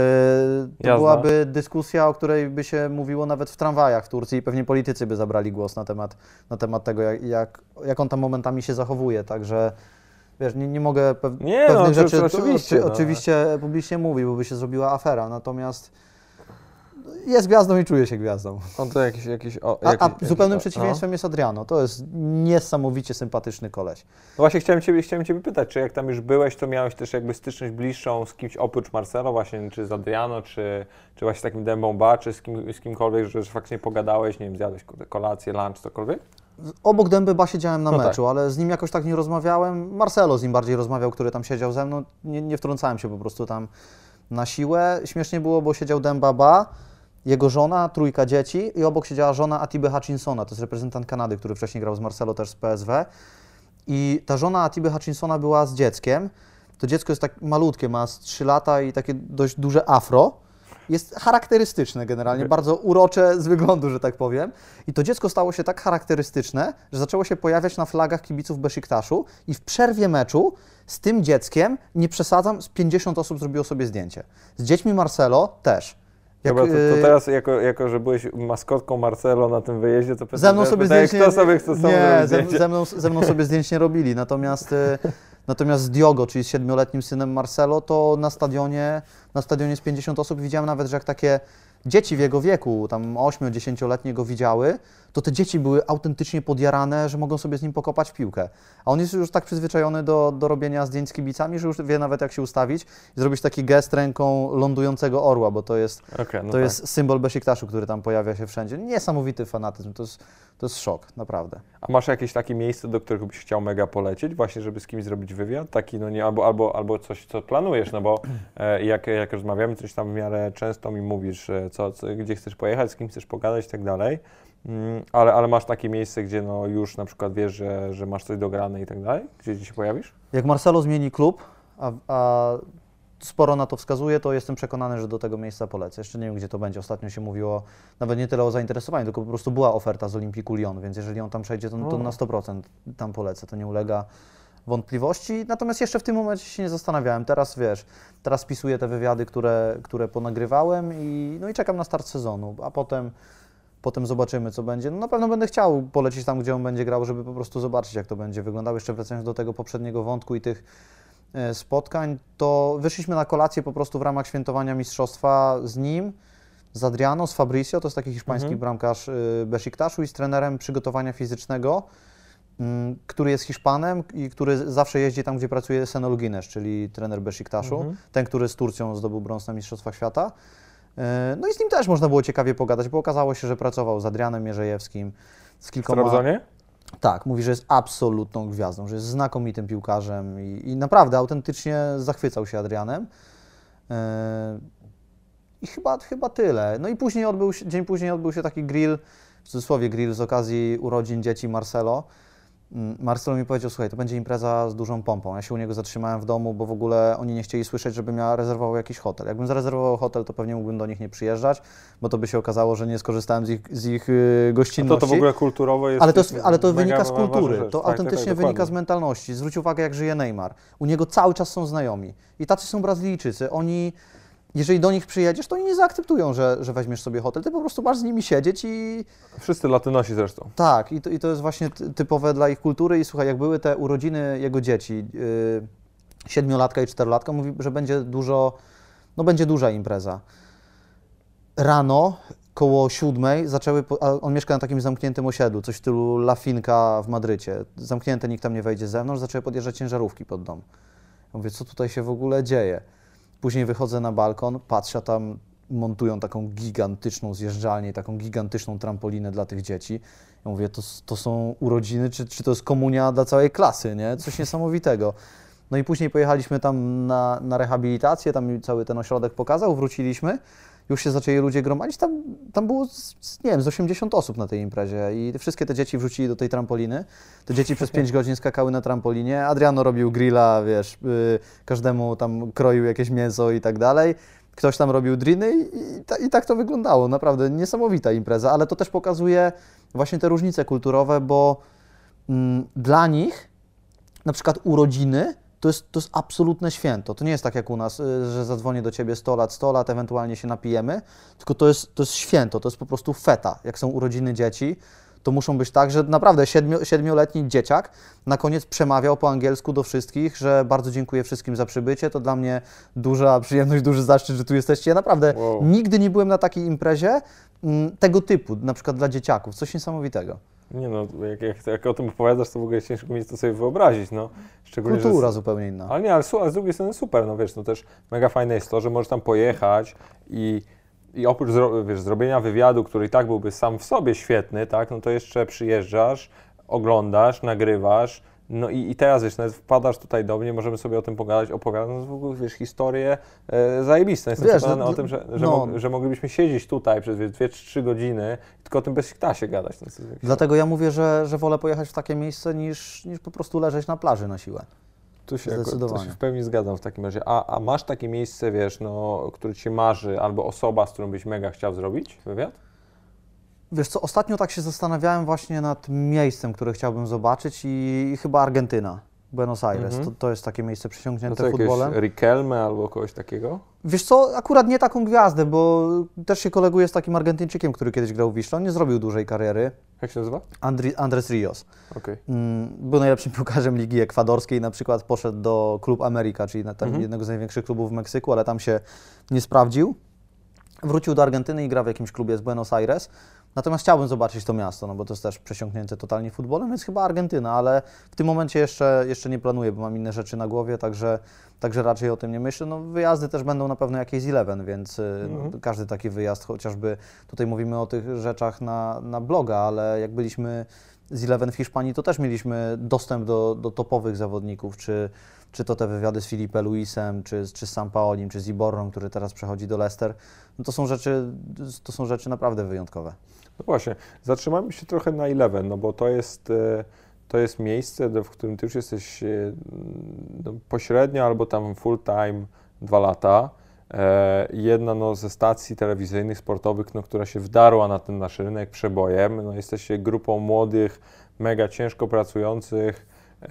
S2: to byłaby dyskusja, o której by się mówiło nawet w tramwajach w Turcji i pewnie politycy by zabrali głos na temat, na temat tego, jak, jak, jak on tam momentami się zachowuje. Także wiesz, nie, nie mogę pew
S1: nie,
S2: pewnych
S1: no,
S2: rzeczy
S1: oczywiście,
S2: to,
S1: no.
S2: oczywiście publicznie mówić, bo by się zrobiła afera. Natomiast jest gwiazdą i czuje się gwiazdą.
S1: On to jakiś, jakiś, o,
S2: a,
S1: jakiś,
S2: a
S1: jakiś,
S2: zupełnym
S1: no.
S2: przeciwieństwem jest Adriano. To jest niesamowicie sympatyczny koleś.
S1: No właśnie chciałem Ciebie, chciałem Ciebie pytać, czy jak tam już byłeś, to miałeś też jakby styczność bliższą z kimś oprócz Marcelo, właśnie czy z Adriano, czy, czy właśnie z takim Dembą Ba, czy z, kim, z kimkolwiek, że, że faktycznie pogadałeś, nie wiem, zjadłeś kolację, lunch, cokolwiek?
S2: Obok Demby Ba siedziałem na
S1: no
S2: meczu,
S1: tak.
S2: ale z nim jakoś tak nie rozmawiałem. Marcelo z nim bardziej rozmawiał, który tam siedział ze mną. Nie, nie wtrącałem się po prostu tam na siłę. Śmiesznie było, bo siedział Demba Ba, jego żona, trójka dzieci i obok siedziała żona Atiby Hutchinsona, to jest reprezentant Kanady, który wcześniej grał z Marcelo też z P S W. I ta żona Atiby Hutchinsona była z dzieckiem. To dziecko jest tak malutkie, ma z trzy lata i takie dość duże afro. Jest charakterystyczne generalnie, bardzo urocze z wyglądu, że tak powiem. I to dziecko stało się tak charakterystyczne, że zaczęło się pojawiać na flagach kibiców Besiktaszu i w przerwie meczu z tym dzieckiem, nie przesadzam, z pięćdziesiąt osób zrobiło sobie zdjęcie. Z dziećmi Marcelo też. Jak,
S1: Dobra, to, to
S2: y,
S1: teraz, jako, jako że byłeś maskotką Marcelo na tym wyjeździe, to
S2: Ze mną
S1: pytam,
S2: sobie
S1: pytałem,
S2: zdjęć
S1: kto sobie chce z tobą
S2: nie,
S1: zrobić
S2: ze,
S1: zdjęcie?
S2: ze, mną, ze mną sobie zdjęć nie robili, natomiast, y, natomiast z Diogo, czyli z siedmioletnim synem Marcelo, to na stadionie, na stadionie jest pięćdziesiąt osób. Widziałem nawet, że jak takie dzieci w jego wieku, tam osiem-dziesięcioletnie go widziały, to te dzieci były autentycznie podjarane, że mogą sobie z nim pokopać w piłkę. A on jest już tak przyzwyczajony do, do robienia zdjęć z kibicami, że już wie nawet jak się ustawić i zrobić taki gest ręką lądującego orła, bo to jest,
S1: Okay, no
S2: to
S1: tak.
S2: jest symbol Besiktaszu, który tam pojawia się wszędzie. Niesamowity fanatyzm, to jest, to jest szok, naprawdę.
S1: A masz jakieś takie miejsce, do którego byś chciał mega polecieć, właśnie żeby z kimś zrobić wywiad? Taki, no nie, albo, albo, albo coś, co planujesz, no bo e, jak, jak rozmawiamy, coś tam w miarę często mi mówisz, e, co, co, gdzie chcesz pojechać, z kim chcesz pogadać i tak dalej, mm, ale, ale masz takie miejsce, gdzie no już na przykład wiesz, że, że masz coś dograne i tak dalej? Gdzie, gdzie się pojawisz?
S2: Jak Marcelo zmieni klub, a, a sporo na to wskazuje, to jestem przekonany, że do tego miejsca polecę. Jeszcze nie wiem, gdzie to będzie. Ostatnio się mówiło nawet nie tyle o zainteresowaniu, tylko po prostu była oferta z Olympiku Lyon, więc jeżeli on tam przejdzie, to, to na sto procent tam polecę. To nie ulega wątpliwości. Natomiast jeszcze w tym momencie się nie zastanawiałem. Teraz wiesz, teraz spisuję te wywiady, które, które ponagrywałem i, no i czekam na start sezonu, a potem, potem zobaczymy, co będzie. No na pewno będę chciał polecieć tam, gdzie on będzie grał, żeby po prostu zobaczyć, jak to będzie wyglądało. Jeszcze wracając do tego poprzedniego wątku i tych spotkań, to wyszliśmy na kolację po prostu w ramach świętowania mistrzostwa z nim, z Adriano, z Fabrizio, to jest taki hiszpański
S1: Mhm.
S2: bramkarz Besiktaszu i z trenerem przygotowania fizycznego, który jest Hiszpanem i który zawsze jeździ tam, gdzie pracuje Senol Guinness, czyli trener Besiktaszu,
S1: Mhm.
S2: ten, który z Turcją zdobył brąz na Mistrzostwach Świata. No i z nim też można było ciekawie pogadać, bo okazało się, że pracował z Adrianem Mierzejewskim, z
S1: W
S2: kilkoma...
S1: Trabzonie?
S2: Tak, mówi, że jest absolutną gwiazdą, że jest znakomitym piłkarzem i, i naprawdę autentycznie zachwycał się Adrianem. Yy, I chyba, chyba tyle. No i później odbył się, dzień później odbył się taki grill, w cudzysłowie grill z okazji urodzin dzieci Marcelo. Marcelo mi powiedział, słuchaj, to będzie impreza z dużą pompą. Ja się u niego zatrzymałem w domu, bo w ogóle oni nie chcieli słyszeć, żebym ja rezerwował jakiś hotel. Jakbym zarezerwował hotel, to pewnie mógłbym do nich nie przyjeżdżać, bo to by się okazało, że nie skorzystałem z ich, z ich yy, gościnności.
S1: To to w ogóle kulturowo jest...
S2: Ale to, jest, ale to
S1: mega
S2: wynika z
S1: ważna
S2: kultury,
S1: rzecz.
S2: to
S1: Tak,
S2: autentycznie
S1: tak, tak,
S2: wynika z
S1: dokładnie.
S2: mentalności. Zwróć uwagę, jak żyje Neymar. U niego cały czas są znajomi. I tacy są Brazylijczycy. Oni, jeżeli do nich przyjedziesz, to oni nie zaakceptują, że, że weźmiesz sobie hotel. Ty po prostu masz z nimi siedzieć i...
S1: Wszyscy latynosi zresztą.
S2: Tak, i to, i to jest właśnie ty- typowe dla ich kultury. I słuchaj, jak były te urodziny jego dzieci, yy, siedmiolatka i czterolatka, mówi, że będzie dużo, no będzie duża impreza. Rano, koło siódmej, zaczęły, po- a on mieszka na takim zamkniętym osiedlu, coś w stylu La Finca w Madrycie. Zamknięte, nikt tam nie wejdzie z zewnątrz, zaczęły podjeżdżać ciężarówki pod dom. Ja mówię, co tutaj się w ogóle dzieje? Później wychodzę na balkon, patrzę, a tam montują taką gigantyczną zjeżdżalnię, taką gigantyczną trampolinę dla tych dzieci. Ja mówię, to, to są urodziny, czy, czy to jest komunia dla całej klasy, nie? Coś niesamowitego. No i później pojechaliśmy tam na, na rehabilitację, tam mi cały ten ośrodek pokazał, wróciliśmy, już się zaczęli ludzie gromadzić, tam, tam było, z, z, nie wiem, z osiemdziesiąt osób na tej imprezie i wszystkie te dzieci wrzucili do tej trampoliny. Te dzieci przez pięć godzin skakały na trampolinie, Adriano robił grilla, wiesz, yy, każdemu tam kroił jakieś mięso i tak dalej. Ktoś tam robił driny i, i, ta, i tak to wyglądało. Naprawdę niesamowita impreza, ale to też pokazuje właśnie te różnice kulturowe, bo mm, dla nich na przykład urodziny to jest, to jest absolutne święto. To nie jest tak jak u nas, y, że zadzwonię do ciebie sto lat, sto lat, ewentualnie się napijemy, tylko to jest, to jest święto, to jest po prostu feta. Jak są urodziny dzieci, to muszą być tak, że naprawdę siedmiu, siedmioletni dzieciak na koniec przemawiał po angielsku do wszystkich, że bardzo dziękuję wszystkim za przybycie, to dla mnie duża przyjemność, duży zaszczyt, że tu jesteście. Ja naprawdę
S1: Wow.
S2: nigdy nie byłem na takiej imprezie m, tego typu, na przykład dla dzieciaków, coś niesamowitego.
S1: Nie no, jak, jak, jak o tym opowiadasz, to w ogóle ciężko mi to sobie wyobrazić, no. Szczególnie, że
S2: Kultura zupełnie inna.
S1: Ale nie, ale, su- ale z drugiej strony super, no wiesz, no też mega fajne jest to, że możesz tam pojechać i, i oprócz zro, wiesz, zrobienia wywiadu, który i tak byłby sam w sobie świetny, tak, no to jeszcze przyjeżdżasz, oglądasz, nagrywasz, no i, i teraz wiesz, nawet wpadasz tutaj do mnie, możemy sobie o tym pogadać, opowiadać, no w ogóle wiesz, historie e, zajebiste. Jestem
S2: Wiesz,
S1: przekonany
S2: no,
S1: o tym, że, że,
S2: no.
S1: mog, że moglibyśmy siedzieć tutaj przez dwie czy trzy godziny i tylko o tym Besiktasie gadać. No, to jest jakieś-
S2: Dlatego ja mówię, że, że wolę pojechać w takie miejsce niż, niż po prostu leżeć na plaży na siłę.
S1: Tu się, jako, to
S2: Zdecydowanie.
S1: się w pełni zgadzam w takim razie. A, a masz takie miejsce, wiesz, no, które ci się marzy, albo osoba, z którą byś mega chciał zrobić wywiad?
S2: Wiesz co, ostatnio tak się zastanawiałem właśnie nad miejscem, które chciałbym zobaczyć i, i chyba Argentyna. Buenos Aires.
S1: Mhm.
S2: To, to jest takie miejsce
S1: No
S2: przysiągnięte
S1: to
S2: futbolem.
S1: jakieś Riquelme albo kogoś takiego?
S2: Wiesz co, akurat nie taką gwiazdę, bo też się koleguję z takim Argentyńczykiem, który kiedyś grał w Wiśle. On nie zrobił dużej kariery.
S1: Jak się nazywa?
S2: Andri, Andres Rios.
S1: Okej.
S2: Mm, Był najlepszym piłkarzem Ligi Ekwadorskiej, na przykład poszedł do Club America, czyli na, tam
S1: Mhm.
S2: jednego z największych klubów w Meksyku, ale tam się nie sprawdził. Wrócił do Argentyny i gra w jakimś klubie z Buenos Aires. Natomiast chciałbym zobaczyć to miasto, no bo to jest też przesiąknięte totalnie futbolem, więc chyba Argentyna, ale w tym momencie jeszcze, jeszcze nie planuję, bo mam inne rzeczy na głowie, także, także raczej o tym nie myślę. No, wyjazdy też będą na pewno jakieś z Eleven, więc y,
S1: Mhm.
S2: no, każdy taki wyjazd, chociażby tutaj mówimy o tych rzeczach na, na bloga, ale jak byliśmy z Eleven w Hiszpanii, to też mieliśmy dostęp do, do topowych zawodników, czy, czy to te wywiady z Filipe Luisem, czy, czy z Sampaolim, czy z Iborrą, który teraz przechodzi do Leicester. No to są rzeczy, to są rzeczy naprawdę wyjątkowe.
S1: No właśnie, zatrzymajmy się trochę na Eleven, no bo to jest, e, to jest miejsce, do- w którym ty już jesteś e, no, pośrednio albo tam full time dwa lata. E, Jedna no, ze stacji telewizyjnych, sportowych, no, która się wdarła na ten nasz rynek przebojem. No, jesteście grupą młodych, mega ciężko pracujących,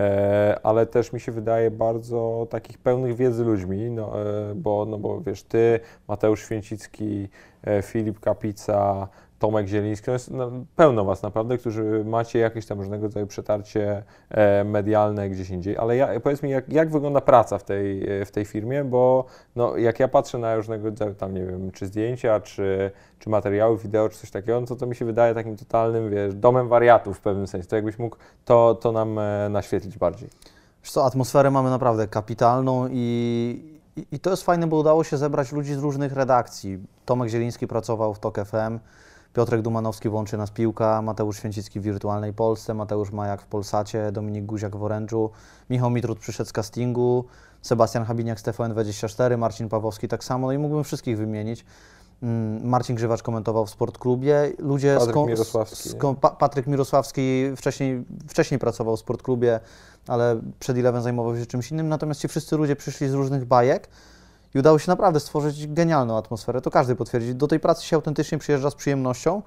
S1: e, ale też mi się wydaje bardzo takich pełnych wiedzy ludźmi, no, e, bo, no, bo wiesz, ty, Mateusz Święcicki, e, Filip Kapica, Tomek Zieliński, no jest no, pełno was naprawdę, którzy macie jakieś tam różnego rodzaju przetarcie e, medialne gdzieś indziej, ale ja, powiedz mi, jak, jak wygląda praca w tej, e, w tej firmie, bo no, jak ja patrzę na różnego rodzaju tam, nie wiem, czy zdjęcia, czy, czy materiały wideo, czy coś takiego, no to to mi się wydaje takim totalnym, wiesz, domem wariatów w pewnym sensie, to jakbyś mógł to, to nam e, naświetlić bardziej.
S2: Wiesz co, atmosferę mamy naprawdę kapitalną i, i, i to jest fajne, bo udało się zebrać ludzi z różnych redakcji. Tomek Zieliński pracował w Tok F M, Piotrek Dumanowski w Łączy Nas Piłka, Mateusz Święcicki w Wirtualnej Polsce, Mateusz Majak w Polsacie, Dominik Guziak w Orężu, Michał Mitrut przyszedł z castingu, Sebastian Habiniak z T V N dwadzieścia cztery, Marcin Pawłowski tak samo, no i mógłbym wszystkich wymienić. Mm, Marcin Grzywacz komentował w Sportklubie, ludzie
S1: Patryk
S2: z ko-
S1: Mirosławski,
S2: z
S1: nie?
S2: ko- pa- Patryk Mirosławski wcześniej, wcześniej pracował w Sportklubie, ale przed Eleven zajmował się czymś innym, natomiast ci wszyscy ludzie przyszli z różnych bajek i udało się naprawdę stworzyć genialną atmosferę, to każdy potwierdzi. Do tej pracy się autentycznie przyjeżdża z przyjemnością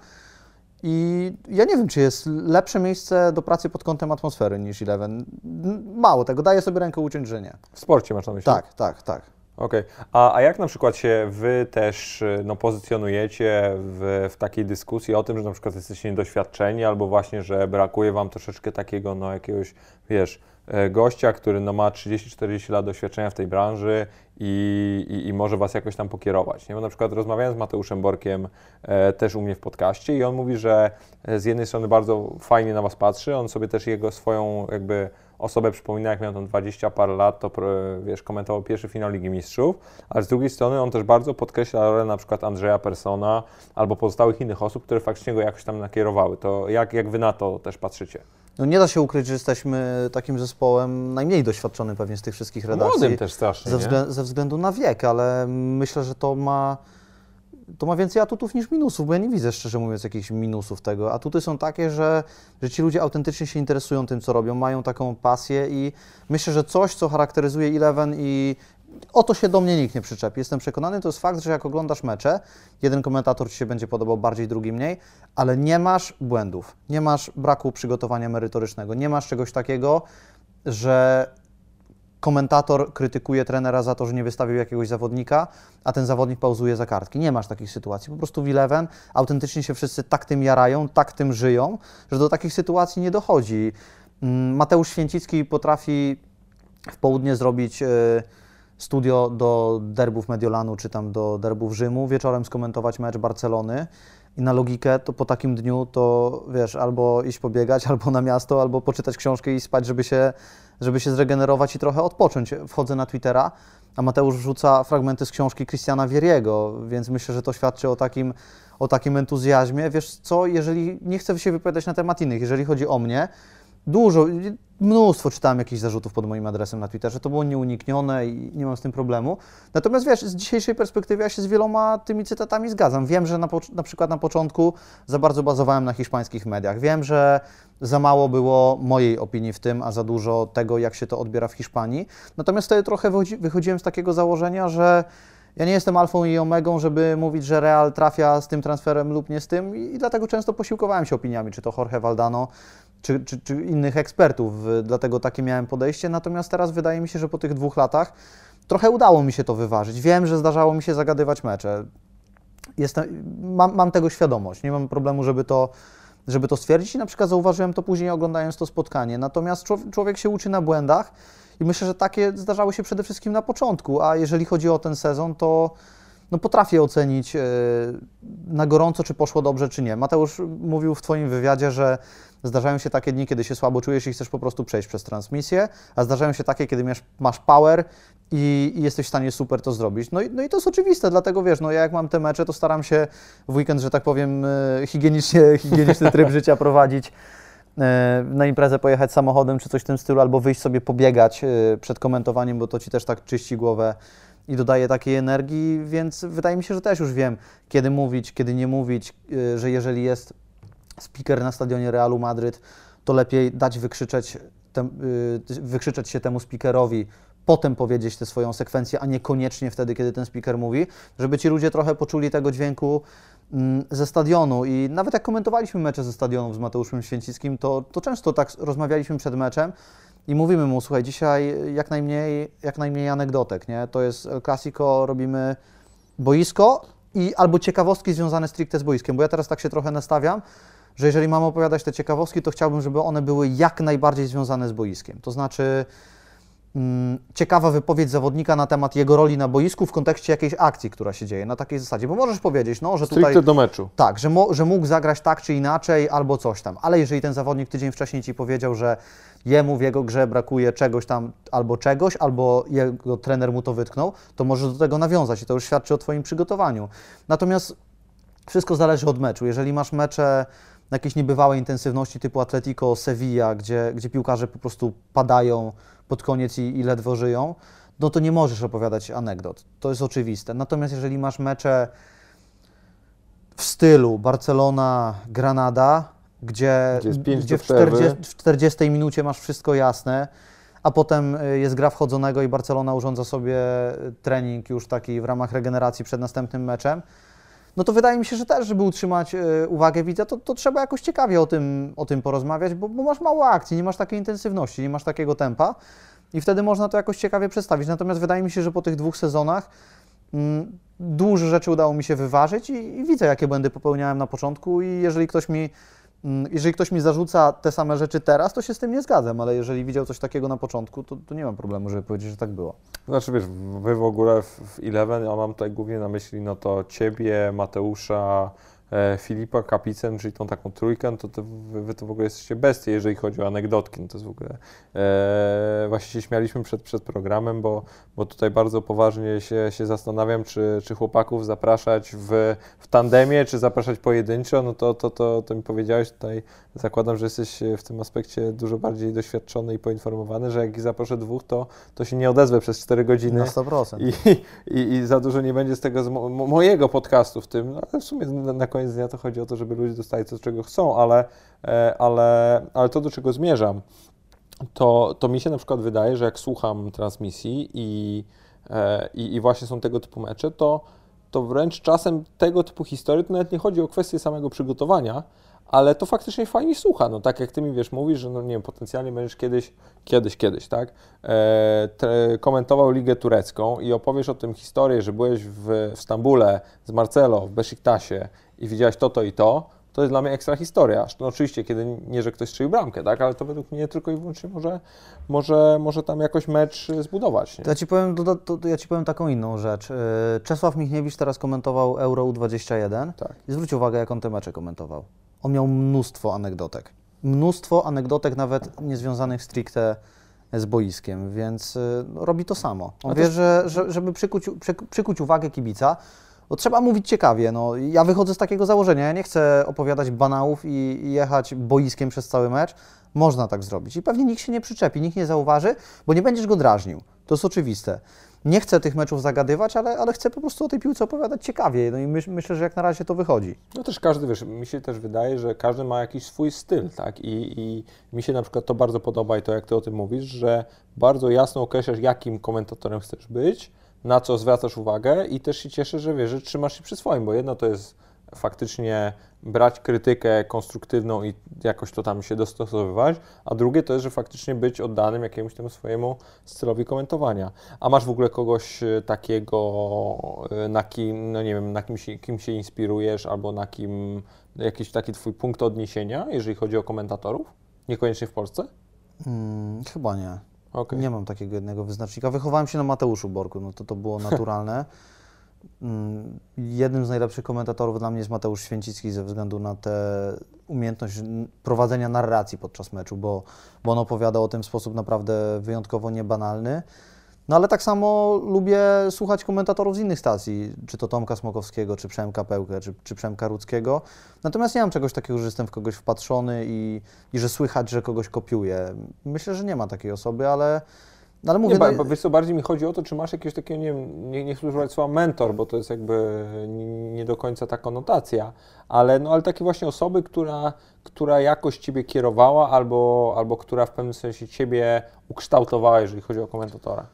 S2: i ja nie wiem, czy jest lepsze miejsce do pracy pod kątem atmosfery niż Eleven. Mało tego, daję sobie rękę uciąć, że nie.
S1: W sporcie masz na myśli?
S2: Tak, tak, tak.
S1: Okej. A, a jak na przykład się wy też y, no, pozycjonujecie w, w takiej dyskusji o tym, że na przykład jesteście niedoświadczeni albo właśnie, że brakuje wam troszeczkę takiego no jakiegoś, wiesz, e, gościa, który no, ma trzydzieści czterdzieści lat doświadczenia w tej branży i, i, i może was jakoś tam pokierować, nie? Bo na przykład rozmawiałem z Mateuszem Borkiem e, też u mnie w podcaście i on mówi, że e, z jednej strony bardzo fajnie na was patrzy, on sobie też jego swoją jakby osobę przypomina, jak miał tam dwadzieścia parę lat, to wiesz, komentował pierwszy finał Ligi Mistrzów, ale z drugiej strony on też bardzo podkreśla rolę na przykład Andrzeja Persona albo pozostałych innych osób, które faktycznie go jakoś tam nakierowały. To jak, jak wy na to też patrzycie?
S2: No nie da się ukryć, że jesteśmy takim zespołem najmniej doświadczonym pewnie z tych wszystkich redakcji.
S1: Młodym też strasznie,
S2: ze,
S1: nie?
S2: wzglę- ze względu na wiek, ale myślę, że to ma, to ma więcej atutów niż minusów, bo ja nie widzę, szczerze mówiąc, jakichś minusów tego. Atuty są takie, że, że ci ludzie autentycznie się interesują tym, co robią, mają taką pasję i myślę, że coś, co charakteryzuje Eleven i o to się do mnie nikt nie przyczepi. Jestem przekonany, to jest fakt, że jak oglądasz mecze, jeden komentator ci się będzie podobał bardziej, drugi mniej, ale nie masz błędów, nie masz braku przygotowania merytorycznego, nie masz czegoś takiego, że komentator krytykuje trenera za to, że nie wystawił jakiegoś zawodnika, a ten zawodnik pauzuje za kartki. Nie masz takich sytuacji. Po prostu w Eleven autentycznie się wszyscy tak tym jarają, tak tym żyją, że do takich sytuacji nie dochodzi. Mm, Mateusz Święcicki potrafi w południe zrobić y, studio do derbów Mediolanu, czy tam do derbów Rzymu, wieczorem skomentować mecz Barcelony i na logikę to po takim dniu to, wiesz, albo iść pobiegać, albo na miasto, albo poczytać książkę i spać, żeby się, żeby się zregenerować i trochę odpocząć. Wchodzę na Twittera, a Mateusz wrzuca fragmenty z książki Christiana Vieriego, więc myślę, że to świadczy o takim, o takim entuzjazmie. Wiesz co, jeżeli, nie chcę się wypowiadać na temat innych, jeżeli chodzi o mnie, dużo, mnóstwo czytałem jakichś zarzutów pod moim adresem na Twitterze, to było nieuniknione i nie mam z tym problemu. Natomiast wiesz, z dzisiejszej perspektywy ja się z wieloma tymi cytatami zgadzam. Wiem, że na, na przykład na początku za bardzo bazowałem na hiszpańskich mediach. Wiem, że za mało było mojej opinii w tym, a za dużo tego, jak się to odbiera w Hiszpanii. Natomiast wtedy trochę wychodzi, wychodziłem z takiego założenia, że ja nie jestem alfą i omegą, żeby mówić, że Real trafia z tym transferem lub nie z tym i, i dlatego często posiłkowałem się opiniami, czy to Jorge Valdano, czy, czy, czy innych ekspertów, y, dlatego takie miałem podejście, natomiast teraz wydaje mi się, że po tych dwóch latach trochę udało mi się to wyważyć. Wiem, że zdarzało mi się zagadywać mecze. Jestem, mam, mam tego świadomość, nie mam problemu, żeby to, żeby to stwierdzić i na przykład zauważyłem to później oglądając to spotkanie. Natomiast człowiek się uczy na błędach i myślę, że takie zdarzały się przede wszystkim na początku, a jeżeli chodzi o ten sezon, to no potrafię ocenić yy, na gorąco, czy poszło dobrze, czy nie. Mateusz mówił w Twoim wywiadzie, że zdarzają się takie dni, kiedy się słabo czujesz i chcesz po prostu przejść przez transmisję, a zdarzają się takie, kiedy masz, masz power i, i jesteś w stanie super to zrobić. No i, no i to jest oczywiste, dlatego wiesz, no ja jak mam te mecze, to staram się w weekend, że tak powiem, yy, higienicznie, higieniczny tryb życia prowadzić, yy, na imprezę pojechać samochodem, czy coś w tym stylu, albo wyjść sobie pobiegać yy, przed komentowaniem, bo to Ci też tak czyści głowę i dodaje takiej energii, więc wydaje mi się, że też już wiem, kiedy mówić, kiedy nie mówić, yy, że jeżeli jest speaker na stadionie Realu Madryt, to lepiej dać wykrzyczeć, tem, yy, wykrzyczeć się temu speakerowi, potem powiedzieć tę swoją sekwencję, a niekoniecznie wtedy, kiedy ten speaker mówi, żeby ci ludzie trochę poczuli tego dźwięku yy, ze stadionu. I nawet jak komentowaliśmy mecze ze stadionów z Mateuszem Święcickim, to, to często tak rozmawialiśmy przed meczem i mówimy mu, słuchaj, dzisiaj jak najmniej, jak najmniej anegdotek, nie? To jest El Clasico, robimy boisko i albo ciekawostki związane stricte z boiskiem, bo ja teraz tak się trochę nastawiam, że jeżeli mam opowiadać te ciekawostki, to chciałbym, żeby one były jak najbardziej związane z boiskiem. To znaczy mm, ciekawa wypowiedź zawodnika na temat jego roli na boisku w kontekście jakiejś akcji, która się dzieje, na takiej zasadzie. Bo możesz powiedzieć, no, że
S1: Stricte
S2: tutaj...
S1: do meczu.
S2: Tak, że, mo, że mógł zagrać tak czy inaczej, albo coś tam. Ale jeżeli ten zawodnik tydzień wcześniej Ci powiedział, że jemu w jego grze brakuje czegoś tam, albo czegoś, albo jego trener mu to wytknął, to możesz do tego nawiązać i to już świadczy o Twoim przygotowaniu. Natomiast wszystko zależy od meczu. Jeżeli masz mecze jakiejś niebywałej intensywności typu Atletico, Sevilla, gdzie, gdzie piłkarze po prostu padają pod koniec i, i ledwo żyją, no to nie możesz opowiadać anegdot. To jest oczywiste. Natomiast jeżeli masz mecze w stylu Barcelona-Granada, gdzie,
S1: Gdzie jest pięć
S2: gdzie
S1: do
S2: w,
S1: przerwy.
S2: czterdziestej, w czterdziestej minucie masz wszystko jasne, a potem jest gra wchodzonego i Barcelona urządza sobie trening już taki w ramach regeneracji przed następnym meczem, no to wydaje mi się, że też, żeby utrzymać y, uwagę widza, to, to trzeba jakoś ciekawie o tym, o tym porozmawiać, bo, bo masz mało akcji, nie masz takiej intensywności, nie masz takiego tempa i wtedy można to jakoś ciekawie przedstawić. Natomiast wydaje mi się, że po tych dwóch sezonach mm, dużo rzeczy udało mi się wyważyć i, i widzę, jakie błędy popełniałem na początku i jeżeli ktoś mi Jeżeli ktoś mi zarzuca te same rzeczy teraz, to się z tym nie zgadzam, ale jeżeli widział coś takiego na początku, to, to nie mam problemu, żeby powiedzieć, że tak było.
S1: Znaczy wiesz, wy w ogóle w, w Eleven, a mam tutaj głównie na myśli no to Ciebie, Mateusza, e, Filipa, Kapicen, czyli tą taką trójkę, to, to wy, wy to w ogóle jesteście bestie, jeżeli chodzi o anegdotki, no to jest w ogóle, e, właśnie się śmialiśmy przed, przed programem, bo, bo tutaj bardzo poważnie się, się zastanawiam, czy, czy chłopaków zapraszać w, w tandemie, czy zapraszać pojedynczo, no to, to, to, to mi powiedziałeś tutaj, zakładam, że jesteś w tym aspekcie dużo bardziej doświadczony i poinformowany, że jak ich zaproszę dwóch, to, to się nie odezwę przez cztery godziny.
S2: Na sto procent.
S1: I, i, I za dużo nie będzie z tego z mo, mojego podcastu w tym, no, ale w sumie na, na koniec dnia to chodzi o to, żeby ludzie dostali to, czego chcą, ale, e, ale, ale to, do czego zmierzam, to, to mi się na przykład wydaje, że jak słucham transmisji i, e, i, i właśnie są tego typu mecze, to, to wręcz czasem tego typu historii, to nawet nie chodzi o kwestię samego przygotowania, ale to faktycznie fajnie słucha, no tak jak Ty mi, wiesz, mówisz, że no nie wiem, potencjalnie będziesz kiedyś, kiedyś, kiedyś, tak, e, te, komentował Ligę Turecką i opowiesz o tym historię, że byłeś w, w Stambule z Marcelo, w Besiktasie i widziałeś to, to i to, to jest dla mnie ekstra historia. No oczywiście, kiedy nie, że ktoś strzelił bramkę, tak, ale to według mnie tylko i wyłącznie może, może, może tam jakoś mecz zbudować. Nie?
S2: To ja Ci powiem, to, to, to ja Ci powiem taką inną rzecz. Czesław Michniewicz teraz komentował Euro U dwadzieścia jeden
S1: Tak.
S2: i zwróć uwagę, jak on te mecze komentował. On miał mnóstwo anegdotek. Mnóstwo anegdotek nawet niezwiązanych stricte z boiskiem, więc no, robi to samo. On
S1: A
S2: wie,
S1: to...
S2: że, że żeby przykuć, przyk, przykuć uwagę kibica, to trzeba mówić ciekawie. No, ja wychodzę z takiego założenia, ja nie chcę opowiadać banałów i, i jechać boiskiem przez cały mecz. Można tak zrobić i pewnie nikt się nie przyczepi, nikt nie zauważy, bo nie będziesz go drażnił. To jest oczywiste. Nie chcę tych meczów zagadywać, ale, ale chcę po prostu o tej piłce opowiadać ciekawie. No i myśl, myślę, że jak na razie to wychodzi.
S1: No też każdy, wiesz, mi się też wydaje, że każdy ma jakiś swój styl, tak? I, i mi się na przykład to bardzo podoba i to, jak Ty o tym mówisz, że bardzo jasno określasz, jakim komentatorem chcesz być, na co zwracasz uwagę i też się cieszę, że wiesz, że trzymasz się przy swoim, bo jedno to jest faktycznie brać krytykę konstruktywną i jakoś to tam się dostosowywać, a drugie to jest, że faktycznie być oddanym jakiemuś temu swojemu stylowi komentowania. A masz w ogóle kogoś takiego, na kim, no nie wiem, na kim się, kim się inspirujesz, albo na kim jakiś taki twój punkt odniesienia, jeżeli chodzi o komentatorów? Niekoniecznie w Polsce?
S2: Hmm, chyba nie.
S1: Okay.
S2: Nie mam takiego jednego wyznacznika. Wychowałem się na Mateuszu Borku, no to to było naturalne. Jednym z najlepszych komentatorów dla mnie jest Mateusz Święcicki ze względu na tę umiejętność prowadzenia narracji podczas meczu, bo, bo on opowiada o tym w sposób naprawdę wyjątkowo niebanalny. No ale tak samo lubię słuchać komentatorów z innych stacji, czy to Tomka Smokowskiego, czy Przemka Pełkę, czy, czy Przemka Rudzkiego. Natomiast nie mam czegoś takiego, że jestem w kogoś wpatrzony i, i że słychać, że kogoś kopiuję. Myślę, że nie ma takiej osoby, ale... No ale mówię,
S1: nie, ba,
S2: no...
S1: wiesz co, bardziej mi chodzi o to, czy masz jakiegoś takiego, nie wiem, nie, nie chcę używać słowa mentor, bo to jest jakby nie do końca ta konotacja, ale, no, ale takie właśnie osoby, która, która jakoś Ciebie kierowała albo, albo która w pewnym sensie Ciebie ukształtowała, jeżeli chodzi o komentatora.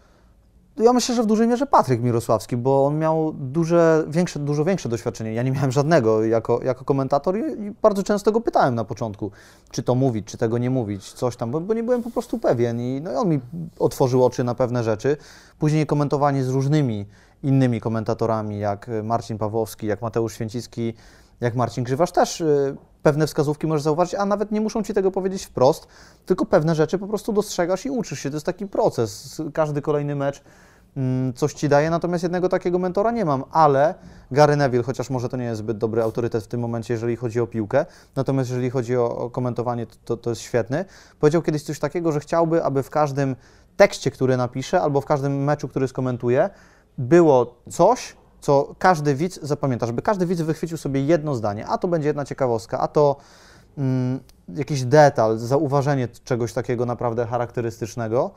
S2: Ja myślę, że w dużej mierze Patryk Mirosławski, bo on miał duże, większe, dużo większe doświadczenie. Ja nie miałem żadnego jako, jako komentator i, i bardzo często go pytałem na początku, czy to mówić, czy tego nie mówić, coś tam, bo, bo nie byłem po prostu pewien i no i on mi otworzył oczy na pewne rzeczy. Później komentowanie z różnymi innymi komentatorami, jak Marcin Pawłowski, jak Mateusz Święcicki, jak Marcin Grzywasz, też y, pewne wskazówki możesz zauważyć, a nawet nie muszą Ci tego powiedzieć wprost, tylko pewne rzeczy po prostu dostrzegasz i uczysz się. To jest taki proces. Każdy kolejny mecz mm, coś Ci daje, natomiast jednego takiego mentora nie mam, ale Gary Neville, chociaż może to nie jest zbyt dobry autorytet w tym momencie, jeżeli chodzi o piłkę, natomiast jeżeli chodzi o, o komentowanie, to, to, to jest świetny. Powiedział kiedyś coś takiego, że chciałby, aby w każdym tekście, który napisze, albo w każdym meczu, który skomentuje, było coś, co każdy widz zapamięta, żeby każdy widz wychwycił sobie jedno zdanie, a to będzie jedna ciekawostka, a to mm, jakiś detal, zauważenie czegoś takiego naprawdę charakterystycznego.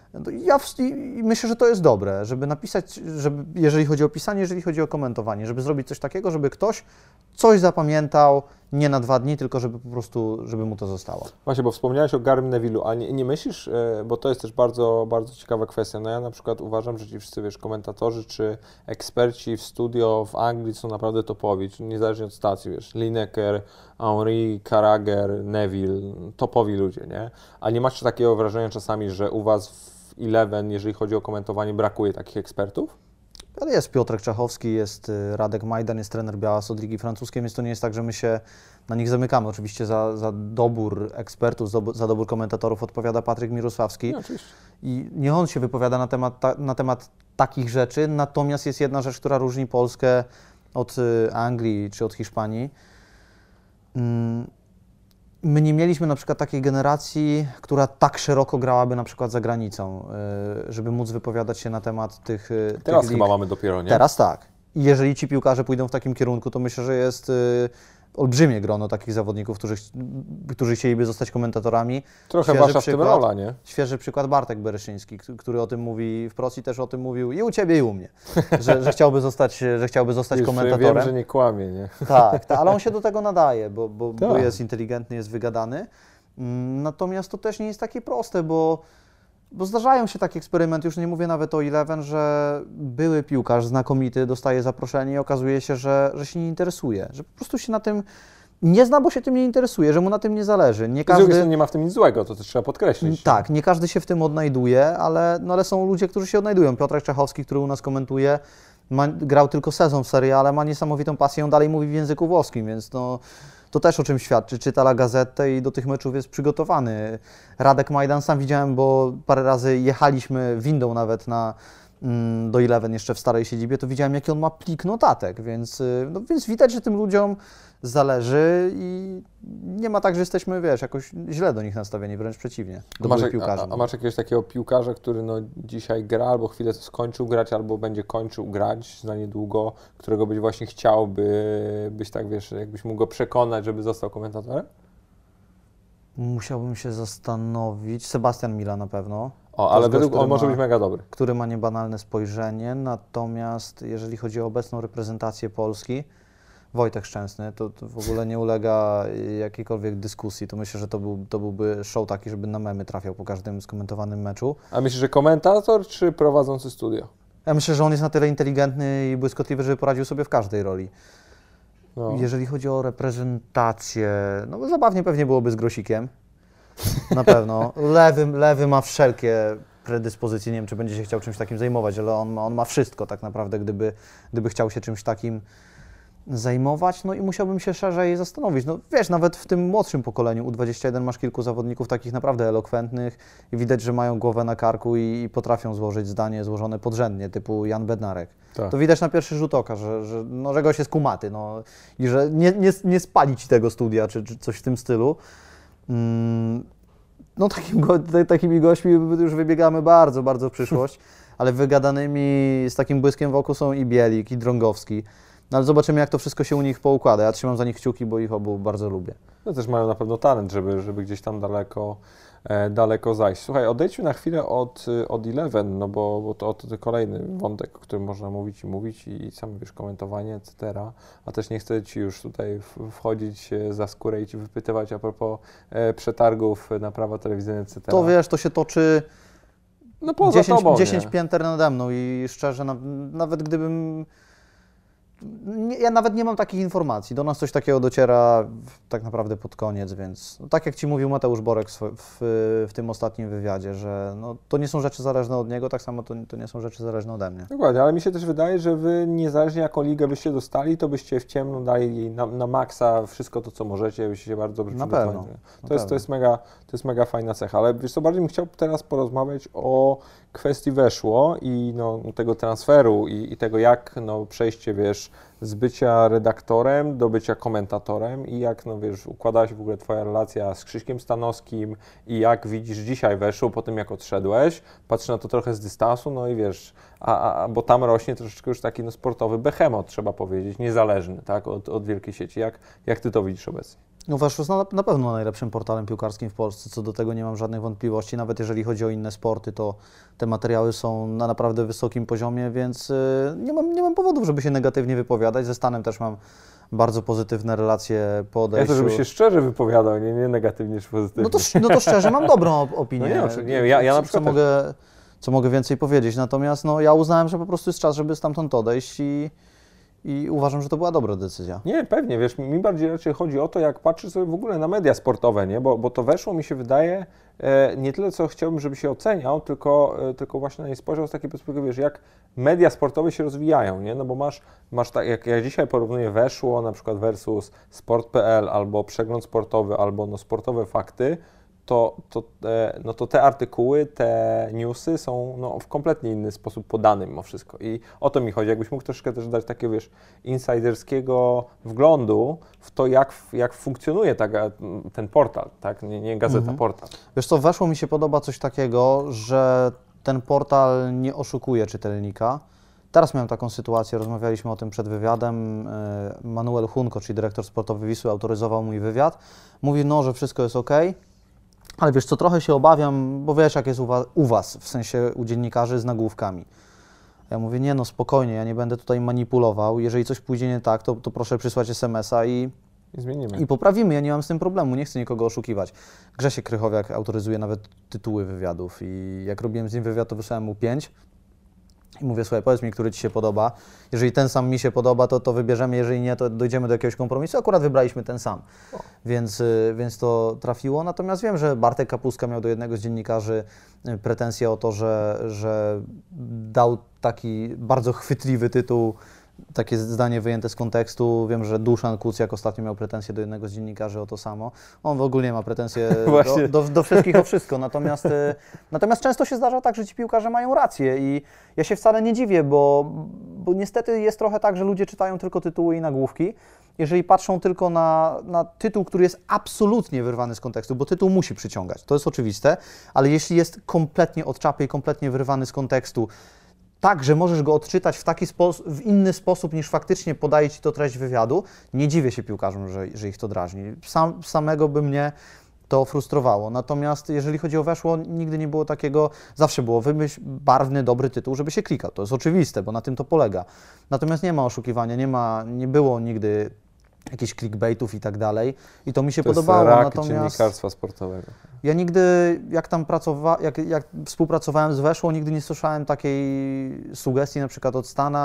S2: Ja w, i, i myślę, że to jest dobre, żeby napisać, żeby, jeżeli chodzi o pisanie, jeżeli chodzi o komentowanie, żeby zrobić coś takiego, żeby ktoś coś zapamiętał nie na dwa dni, tylko żeby po prostu, żeby mu to zostało.
S1: Właśnie, bo wspomniałeś o Garym Neville'u, a nie, nie myślisz, bo to jest też bardzo, bardzo ciekawa kwestia. No ja na przykład uważam, że ci wszyscy, wiesz, komentatorzy czy eksperci w studio w Anglii są naprawdę topowi, niezależnie od stacji, wiesz, Lineker, Henry, Carragher, Neville, topowi ludzie, nie? A nie masz takiego wrażenia czasami, że u was w Eleven, jeżeli chodzi o komentowanie, brakuje takich ekspertów?
S2: Ale jest Piotrek Czachowski, jest Radek Majdan, jest trener Białas od Ligi Francuskiej, więc to nie jest tak, że my się na nich zamykamy. Oczywiście za, za dobór ekspertów, za dobór komentatorów odpowiada Patryk Mirosławski.
S1: No, oczywiście.
S2: I nie on się wypowiada na temat, ta, na temat takich rzeczy, natomiast jest jedna rzecz, która różni Polskę od Anglii czy od Hiszpanii. Hmm. My nie mieliśmy na przykład takiej generacji, która tak szeroko grałaby na przykład za granicą, żeby móc wypowiadać się na temat tych
S1: Teraz
S2: tych
S1: chyba
S2: lig.
S1: mamy dopiero, nie?
S2: Teraz tak. I jeżeli ci piłkarze pójdą w takim kierunku, to myślę, że jest y, olbrzymie grono takich zawodników, którzy, którzy chcieliby zostać komentatorami.
S1: Trochę
S2: Świeży
S1: wasza w tym
S2: przykład-
S1: rola, nie?
S2: Świeży przykład Bartek Bereszyński, k- który o tym mówi wprost i też o tym mówił i u Ciebie i u mnie, że, że chciałby zostać, że chciałby zostać
S1: Już
S2: komentatorem.
S1: wiem, że nie kłamie, nie?
S2: Tak, tak, ale on się do tego nadaje, bo, bo, bo
S1: Tak.
S2: jest inteligentny, jest wygadany. Mm, Natomiast to też nie jest takie proste, bo, bo zdarzają się takie eksperymenty, już nie mówię nawet o Eleven, że były piłkarz znakomity, dostaje zaproszenie i okazuje się, że, że się nie interesuje, że po prostu się na tym nie zna, bo się tym nie interesuje, że mu na tym nie zależy. Nie
S1: Z drugiej
S2: każdy,
S1: strony nie ma w tym nic złego, to też trzeba podkreślić.
S2: tak, nie każdy się w tym odnajduje, ale, no, ale są ludzie, którzy się odnajdują. Piotrek Czachowski, który u nas komentuje, ma, grał tylko sezon w seriale, ma niesamowitą pasję, on dalej mówi w języku włoskim, więc no, to też o czym świadczy. Czyta La Gazetę i do tych meczów jest przygotowany. Radek Majdan sam widziałem, bo parę razy jechaliśmy windą nawet na, mm, do Eleven jeszcze w starej siedzibie, to widziałem, jaki on ma plik notatek, więc, y, no, więc widać, że tym ludziom zależy i nie ma tak, że jesteśmy, wiesz, jakoś źle do nich nastawieni, wręcz przeciwnie,
S1: A
S2: do
S1: masz,
S2: byłych
S1: a,
S2: piłkarzy.
S1: a masz jakiegoś takiego piłkarza, który no dzisiaj gra, albo chwilę skończył grać, albo będzie kończył grać za niedługo, którego byś właśnie chciałby, byś tak, wiesz, jakbyś mógł go przekonać, żeby został komentatorem?
S2: Musiałbym się zastanowić. Sebastian Mila na pewno.
S1: O,
S2: To
S1: ale
S2: jest gość,
S1: według on
S2: który
S1: może
S2: ma-
S1: być mega dobry.
S2: który ma niebanalne spojrzenie, natomiast jeżeli chodzi o obecną reprezentację Polski, Wojtek Szczęsny, to, to w ogóle nie ulega jakiejkolwiek dyskusji. To myślę, że to, był, to byłby show taki, żeby na memy trafiał po każdym skomentowanym meczu.
S1: A myślisz, że komentator czy prowadzący studio?
S2: Ja myślę, że on jest na tyle inteligentny i błyskotliwy, żeby poradził sobie w każdej roli.
S1: No.
S2: Jeżeli chodzi o reprezentację, no bo zabawnie pewnie byłoby z Grosikiem. Na pewno. Lewy, lewy ma wszelkie predyspozycje, nie wiem, czy będzie się chciał czymś takim zajmować, ale on ma, on ma wszystko tak naprawdę, gdyby, gdyby chciał się czymś takim zajmować, no i musiałbym się szerzej zastanowić. No wiesz, nawet w tym młodszym pokoleniu U dwadzieścia jeden masz kilku zawodników takich naprawdę elokwentnych i widać, że mają głowę na karku i, i potrafią złożyć zdanie złożone podrzędnie, typu Jan Bednarek.
S1: Tak.
S2: To widać na pierwszy rzut oka, że, że, no, że gość jest kumaty, no, i że nie, nie, nie spali ci tego studia, czy, czy coś w tym stylu. Mm, no takim go, t- takimi gośćmi już wybiegamy bardzo, bardzo w przyszłość, ale wygadanymi z takim błyskiem w oku są i Bielik, i Drągowski. No ale zobaczymy, jak to wszystko się u nich poukłada. Ja trzymam za nich kciuki, bo ich obu bardzo lubię.
S1: No też mają na pewno talent, żeby, żeby gdzieś tam daleko, e, daleko zajść. Słuchaj, odejdźmy na chwilę od, od Eleven, no bo, bo to, to kolejny wątek, o którym można mówić i mówić i sam wiesz, komentowanie, et cetera. A też nie chcę Ci już tutaj w, wchodzić za skórę i Ci wypytywać a propos e, przetargów na prawa telewizyjne, et cetera.
S2: To wiesz, to się toczy
S1: no poza
S2: dziesięć,
S1: tobą,
S2: dziesięć
S1: nie?
S2: pięter nade mną i szczerze, na, nawet gdybym... Nie, ja nawet nie mam takich informacji. Do nas coś takiego dociera w, tak naprawdę pod koniec, więc no, tak jak Ci mówił Mateusz Borek w, w, w tym ostatnim wywiadzie, że no, to nie są rzeczy zależne od niego, tak samo to, to nie są rzeczy zależne ode mnie.
S1: Dokładnie, ale mi się też wydaje, że Wy niezależnie jaką ligę byście dostali, to byście w ciemno dali jej na, na maksa wszystko to, co możecie, byście się bardzo dobrze
S2: Na
S1: przygotowali.
S2: pewno,
S1: To
S2: na
S1: jest,
S2: pewno.
S1: to jest mega, to jest mega fajna cecha, ale wiesz co, bardziej bym chciał teraz porozmawiać o kwestii Weszło i no, tego transferu i, i tego, jak no, przejście, wiesz, z bycia redaktorem do bycia komentatorem i jak, no wiesz, układała się w ogóle Twoja relacja z Krzyśkiem Stanowskim i jak widzisz dzisiaj Weszło po tym, jak odszedłeś, patrz na to trochę z dystansu, no i wiesz, a, a, bo tam rośnie troszeczkę już taki no, sportowy behemoth, trzeba powiedzieć, niezależny, tak, od, od wielkiej sieci. Jak, jak Ty to widzisz obecnie?
S2: No Weszło jest na, na pewno najlepszym portalem piłkarskim w Polsce, co do tego nie mam żadnych wątpliwości. Nawet jeżeli chodzi o inne sporty, to te materiały są na naprawdę wysokim poziomie, więc y, nie mam, nie mam powodów, żeby się negatywnie wypowiadać. Ze Stanem też mam bardzo pozytywne relacje po
S1: Ja
S2: odejściu.
S1: to, żeby się szczerze wypowiadał, nie, nie negatywnie czy pozytywnie.
S2: No to, no to szczerze, mam dobrą op- opinię.
S1: No nie, oczywiście, nie, ja- ja na
S2: co,
S1: przykład
S2: co,
S1: też.
S2: mogę, co mogę więcej powiedzieć, natomiast no, ja uznałem, że po prostu jest czas, żeby stamtąd odejść i, i uważam, że to była dobra decyzja.
S1: Nie, pewnie, wiesz, mi bardziej raczej chodzi o to, jak patrzę sobie w ogóle na media sportowe, nie, bo, bo to Weszło mi się wydaje, e, nie tyle co chciałbym, żeby się oceniał, tylko, e, tylko właśnie na nie spojrzał z takiej perspektywy, wiesz, jak media sportowe się rozwijają, nie, no bo masz, masz tak, jak ja dzisiaj porównuję Weszło na przykład versus sport kropka pe el albo przegląd sportowy, albo no sportowe fakty, to, to, e, no to te artykuły, te newsy są no, w kompletnie inny sposób podane mimo wszystko. I o to mi chodzi. Jakbyś mógł troszkę też dać takiego, wiesz, insiderskiego wglądu w to, jak, jak funkcjonuje ta, ga- ten portal, tak? Nie, nie gazeta,
S2: Mhm.
S1: portal.
S2: Wiesz co, Weszło mi się podoba coś takiego, że ten portal nie oszukuje czytelnika. Teraz miałem taką sytuację, rozmawialiśmy o tym przed wywiadem. e, Manuel Hunko, czyli dyrektor sportowy Wisły, autoryzował mój wywiad. Mówi, no, że wszystko jest ok, ale wiesz co, trochę się obawiam, bo wiesz, jak jest u was, u was, w sensie u dziennikarzy z nagłówkami. Ja mówię, nie no, spokojnie, ja nie będę tutaj manipulował. Jeżeli coś pójdzie nie tak, to, to proszę przysłać es em es a i,
S1: I zmienimy.
S2: i poprawimy. Ja nie mam z tym problemu, nie chcę nikogo oszukiwać. Grzesiek Krychowiak autoryzuje nawet tytuły wywiadów i jak robiłem z nim wywiad, to wysłałem mu pięć. I mówię, słuchaj, powiedz mi, który Ci się podoba. Jeżeli ten sam mi się podoba, to, to wybierzemy, jeżeli nie, to dojdziemy do jakiegoś kompromisu. Akurat wybraliśmy ten sam, więc, y, więc to trafiło. Natomiast wiem, że Bartek Kapuska miał do jednego z dziennikarzy y, pretensje o to, że, że dał taki bardzo chwytliwy tytuł, takie zdanie wyjęte z kontekstu. Wiem, że Duszan Kucjak ostatnio miał pretensje do jednego z dziennikarzy o to samo. On w ogóle nie ma pretensje
S1: Właśnie.
S2: do, do, do wszystkich o wszystko. Natomiast, y, natomiast często się zdarza tak, że ci piłkarze mają rację i ja się wcale nie dziwię, bo, bo niestety jest trochę tak, że ludzie czytają tylko tytuły i nagłówki. Jeżeli patrzą tylko na, na tytuł, który jest absolutnie wyrwany z kontekstu, bo tytuł musi przyciągać, to jest oczywiste, ale jeśli jest kompletnie od czapy i kompletnie wyrwany z kontekstu, tak, że możesz go odczytać w taki sposób, w inny sposób niż faktycznie podaje Ci to treść wywiadu, nie dziwię się piłkarzom, że, że ich to drażni. Sam, samego by mnie to frustrowało. Natomiast jeżeli chodzi o Weszło, nigdy nie było takiego, zawsze było wymyśl barwny, dobry tytuł, żeby się klikał. To jest oczywiste, bo na tym to polega. Natomiast nie ma oszukiwania, nie ma, nie było nigdy jakichś clickbaitów i tak dalej. I to mi się
S1: To
S2: podobało.
S1: jest rak
S2: Natomiast
S1: dziennikarstwa sportowego.
S2: ja nigdy, jak tam pracowa- jak, jak współpracowałem z Weszło, nigdy nie słyszałem takiej sugestii na przykład od Stana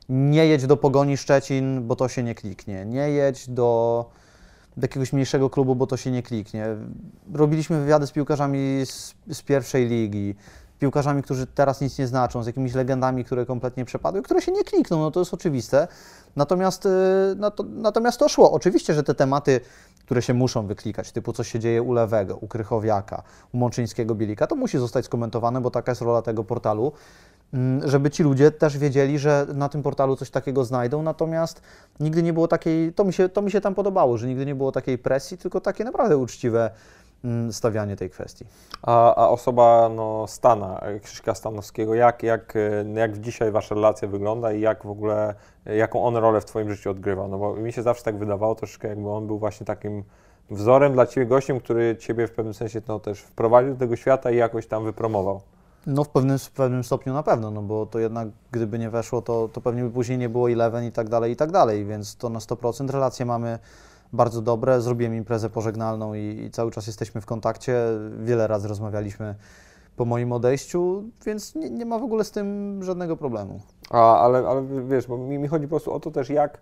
S2: nie jedź do Pogoni Szczecin, bo to się nie kliknie, nie jedź do, do jakiegoś mniejszego klubu, bo to się nie kliknie. Robiliśmy wywiady z piłkarzami z, z pierwszej ligi, piłkarzami, którzy teraz nic nie znaczą, z jakimiś legendami, które kompletnie przepadły, które się nie klikną, no to jest oczywiste. Natomiast, y, no to, natomiast to szło. Oczywiście, że te tematy, które się muszą wyklikać, typu co się dzieje u Lewego, u Krychowiaka, u Mączyńskiego, Bielika, to musi zostać skomentowane, bo taka jest rola tego portalu, żeby ci ludzie też wiedzieli, że na tym portalu coś takiego znajdą, natomiast nigdy nie było takiej, to mi się, to mi się tam podobało, że nigdy nie było takiej presji, tylko takie naprawdę uczciwe stawianie tej kwestii.
S1: A, a osoba no, Stana, Krzyśka Stanowskiego, jak, jak, jak dzisiaj wasza relacja wygląda i jak w ogóle, jaką on rolę w twoim życiu odgrywa? No bo mi się zawsze tak wydawało troszeczkę, jakby on był właśnie takim wzorem dla ciebie, gościem, który ciebie w pewnym sensie no, też wprowadził do tego świata i jakoś tam wypromował.
S2: No w pewnym, w pewnym stopniu na pewno, no bo to jednak gdyby nie weszło, to, to pewnie by później nie było Eleven i tak dalej, i tak dalej, więc to na sto procent relacje mamy bardzo dobre. Zrobiłem imprezę pożegnalną i, i cały czas jesteśmy w kontakcie. Wiele razy rozmawialiśmy po moim odejściu, więc nie, nie ma w ogóle z tym żadnego problemu.
S1: A, ale, ale wiesz, bo mi, mi chodzi po prostu o to też, jak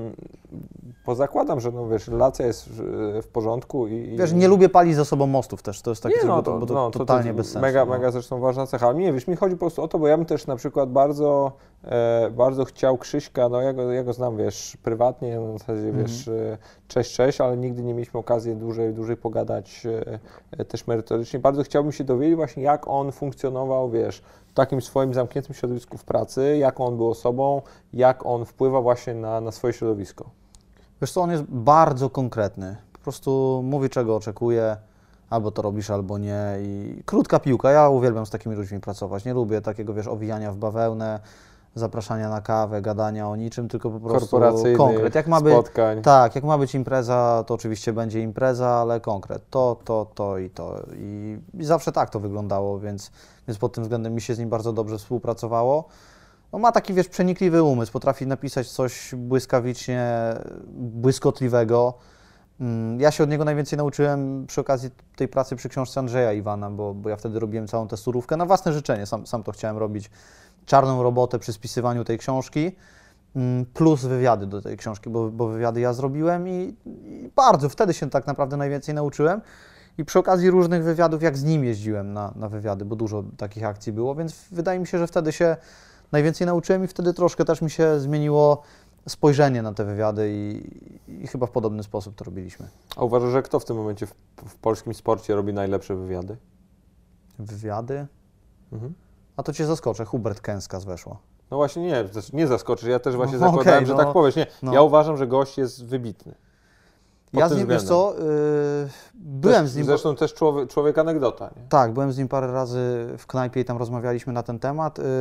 S1: pozakładam, że no wiesz, relacja jest w, w porządku i...
S2: Wiesz, nie lubię palić za sobą mostów też, to jest takie,
S1: nie, no,
S2: to, bo to,
S1: no,
S2: totalnie
S1: to
S2: bez sensu.
S1: Mega,
S2: no.
S1: mega zresztą ważna cecha, ale nie, wiesz, mi chodzi po prostu o to, bo ja bym też na przykład bardzo, e, bardzo chciał Krzyśka, no ja go, ja go znam, wiesz, prywatnie, no, w zasadzie, mm. wiesz, e, cześć, cześć, ale nigdy nie mieliśmy okazji dłużej, dłużej pogadać e, też merytorycznie. Bardzo chciałbym się dowiedzieć właśnie, jak on funkcjonował, wiesz, w takim swoim zamkniętym środowisku w pracy, jaką on był osobą, jak on wpływa właśnie na, na swoje środowisko.
S2: Wiesz co, on jest bardzo konkretny. Po prostu mówi, czego oczekuje, albo to robisz, albo nie. I krótka piłka. Ja uwielbiam z takimi ludźmi pracować. Nie lubię takiego, wiesz, owijania w bawełnę, zapraszania na kawę, gadania o niczym, tylko po prostu konkret. Jak ma być,
S1: spotkań.
S2: tak, jak ma być impreza, to oczywiście będzie impreza, ale konkret. To, to, to i to. I, i zawsze tak to wyglądało, więc, więc pod tym względem mi się z nim bardzo dobrze współpracowało. No ma taki, wiesz, przenikliwy umysł, potrafi napisać coś błyskawicznie, błyskotliwego. Ja się od niego najwięcej nauczyłem przy okazji tej pracy przy książce Andrzeja Iwana, bo, bo ja wtedy robiłem całą tę surówkę na własne życzenie, sam, sam to chciałem robić, czarną robotę przy spisywaniu tej książki, plus wywiady do tej książki, bo, bo wywiady ja zrobiłem i, i bardzo, wtedy się tak naprawdę najwięcej nauczyłem. I przy okazji różnych wywiadów, jak z nim jeździłem na, na wywiady, bo dużo takich akcji było, więc wydaje mi się, że wtedy się najwięcej nauczyłem i wtedy troszkę też mi się zmieniło spojrzenie na te wywiady i, i chyba w podobny sposób to robiliśmy.
S1: A uważasz, że kto w tym momencie w, w polskim sporcie robi najlepsze wywiady?
S2: Wywiady?
S1: Mhm.
S2: A to cię zaskoczę, Hubert Kęskas weszło.
S1: No właśnie nie, nie zaskoczysz, ja też właśnie
S2: No,
S1: zakładałem,
S2: okay,
S1: że
S2: no,
S1: tak powiesz. Nie,
S2: no.
S1: ja uważam, że gość jest wybitny. Pod
S2: ja z
S1: tym
S2: nim, wiesz
S1: względem.
S2: co, yy, byłem
S1: też,
S2: z nim...
S1: Zresztą też człowiek, człowiek anegdota, nie?
S2: Tak, byłem z nim parę razy w knajpie i tam rozmawialiśmy na ten temat. Yy,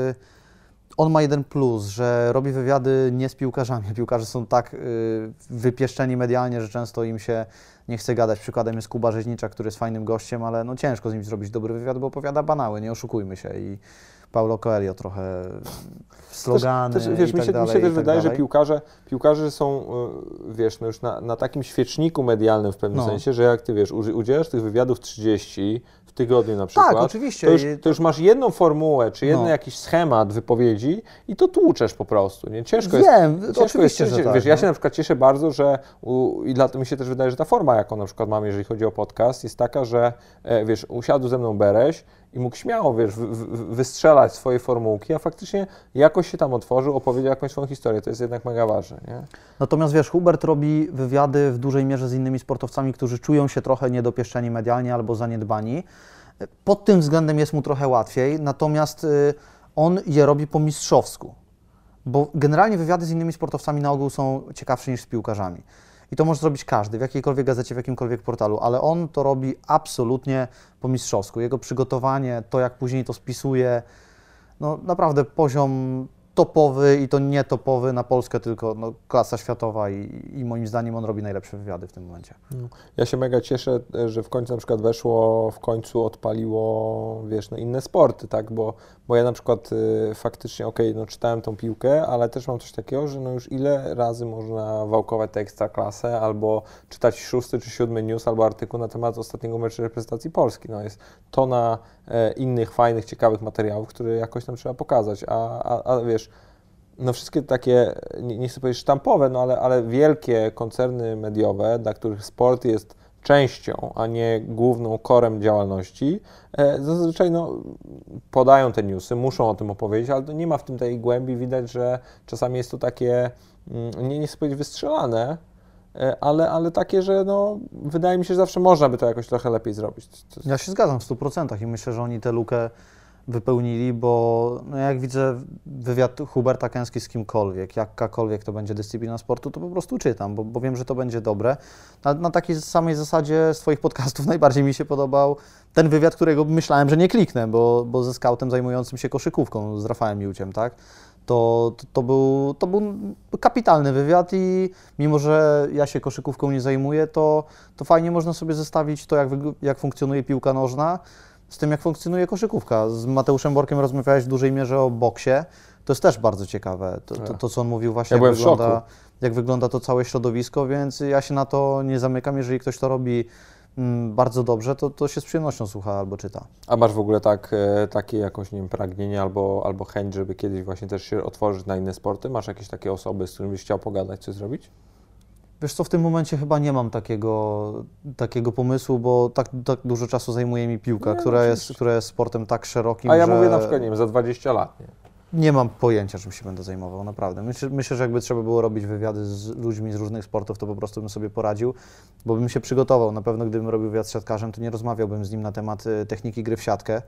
S2: On ma jeden plus, że robi wywiady nie z piłkarzami. Piłkarze są tak y, wypieszczeni medialnie, że często im się nie chce gadać. Przykładem jest Kuba Rzeźniczak, który jest fajnym gościem, ale no ciężko z nim zrobić dobry wywiad, bo opowiada banały, nie oszukujmy się. I Paulo Coelho trochę slogany
S1: też, też, wiesz,
S2: i tak
S1: mi się,
S2: dalej.
S1: mi się też
S2: tak
S1: wydaje,
S2: dalej.
S1: że piłkarze, piłkarze są, wiesz, no już na, na takim świeczniku medialnym w pewnym
S2: No.
S1: sensie, że jak ty, wiesz, udzielasz tych wywiadów trzydzieści w tygodniu na przykład,
S2: Tak, oczywiście.
S1: To już, to już masz jedną formułę, czy jeden
S2: No.
S1: jakiś schemat wypowiedzi i to tłuczesz po prostu, nie? Ciężko
S2: Wiem,
S1: jest, ciężko
S2: oczywiście,
S1: jest,
S2: że tak,
S1: wiesz, ja
S2: no.
S1: się na przykład cieszę bardzo, że u, i dlatego mi się też wydaje, że ta forma, jaką na przykład mam, jeżeli chodzi o podcast, jest taka, że e, wiesz, usiadł ze mną Bereś i mógł śmiało, wiesz, wy, wy, wystrzelać swoje formułki, a faktycznie jakoś się tam otworzył, opowiedział jakąś swoją historię, to jest jednak mega ważne, nie?
S2: Natomiast wiesz, Hubert robi wywiady w dużej mierze z innymi sportowcami, którzy czują się trochę niedopieszczeni medialnie albo zaniedbani. Pod tym względem jest mu trochę łatwiej, natomiast y, on je robi po mistrzowsku, bo generalnie wywiady z innymi sportowcami na ogół są ciekawsze niż z piłkarzami. I to może zrobić każdy, w jakiejkolwiek gazecie, w jakimkolwiek portalu, ale on to robi absolutnie po mistrzowsku. Jego przygotowanie, to jak później to spisuje, no naprawdę poziom topowy i to nie topowy na Polskę, tylko no, klasa światowa i, i moim zdaniem on robi najlepsze wywiady w tym momencie.
S1: Ja się mega cieszę, że w końcu na przykład weszło, w końcu odpaliło, wiesz, no inne sporty, tak, bo, bo ja na przykład y, faktycznie, okej, okay, no czytałem tą piłkę, ale też mam coś takiego, że no już ile razy można wałkować tę ekstraklasę, albo czytać szósty czy siódmy news, albo artykuł na temat ostatniego meczu reprezentacji Polski, no jest tona e, innych, fajnych, ciekawych materiałów, które jakoś tam trzeba pokazać, a, a, a wiesz, no wszystkie takie, nie, nie chcę powiedzieć sztampowe, no ale, ale wielkie koncerny mediowe, dla których sport jest częścią, a nie główną korem działalności, e, zazwyczaj no, podają te newsy, muszą o tym opowiedzieć, ale to nie ma w tym tej głębi, widać, że czasami jest to takie, mm, nie, nie chcę powiedzieć wystrzelane, e, ale, ale takie, że no, wydaje mi się, że zawsze można by to jakoś trochę lepiej zrobić. To jest...
S2: Ja się zgadzam w stu procentach i myślę, że oni tę lukę wypełnili, bo no jak widzę wywiad Huberta Kęski z kimkolwiek, jakakolwiek to będzie dyscyplina sportu, to po prostu czytam, bo, bo wiem, że to będzie dobre. Na, na takiej samej zasadzie z Twoich podcastów najbardziej mi się podobał ten wywiad, którego myślałem, że nie kliknę, bo, bo ze skautem zajmującym się koszykówką, z Rafałem Juciem, tak? To, to, to, był, to był kapitalny wywiad i mimo, że ja się koszykówką nie zajmuję, to, to fajnie można sobie zestawić to, jak, jak funkcjonuje piłka nożna, z tym, jak funkcjonuje koszykówka. Z Mateuszem Borkiem rozmawiałeś w dużej mierze o boksie. To jest też bardzo ciekawe, to, to, to co on mówił właśnie,
S1: ja
S2: jak, wygląda, jak wygląda to całe środowisko, więc ja się na to nie zamykam. Jeżeli ktoś to robi mm, bardzo dobrze, to, to się z przyjemnością słucha albo czyta.
S1: A masz w ogóle tak, takie jakoś, nie wiem, pragnienie albo, albo chęć, żeby kiedyś właśnie też się otworzyć na inne sporty? Masz jakieś takie osoby, z którymi byś chciał pogadać, coś zrobić?
S2: Wiesz co, w tym momencie chyba nie mam takiego, takiego pomysłu, bo tak, tak dużo czasu zajmuje mi piłka,
S1: Nie,
S2: która,
S1: no
S2: jest, która jest sportem tak szerokim,
S1: A ja
S2: że
S1: mówię na przykład, nie wiem, za dwadzieścia lat, nie?
S2: nie mam pojęcia, czym się będę zajmował, naprawdę. Myślę, myślę, że jakby trzeba było robić wywiady z ludźmi z różnych sportów, to po prostu bym sobie poradził, bo bym się przygotował. Na pewno gdybym robił wywiad z siatkarzem, to nie rozmawiałbym z nim na temat y, techniki gry w siatkę.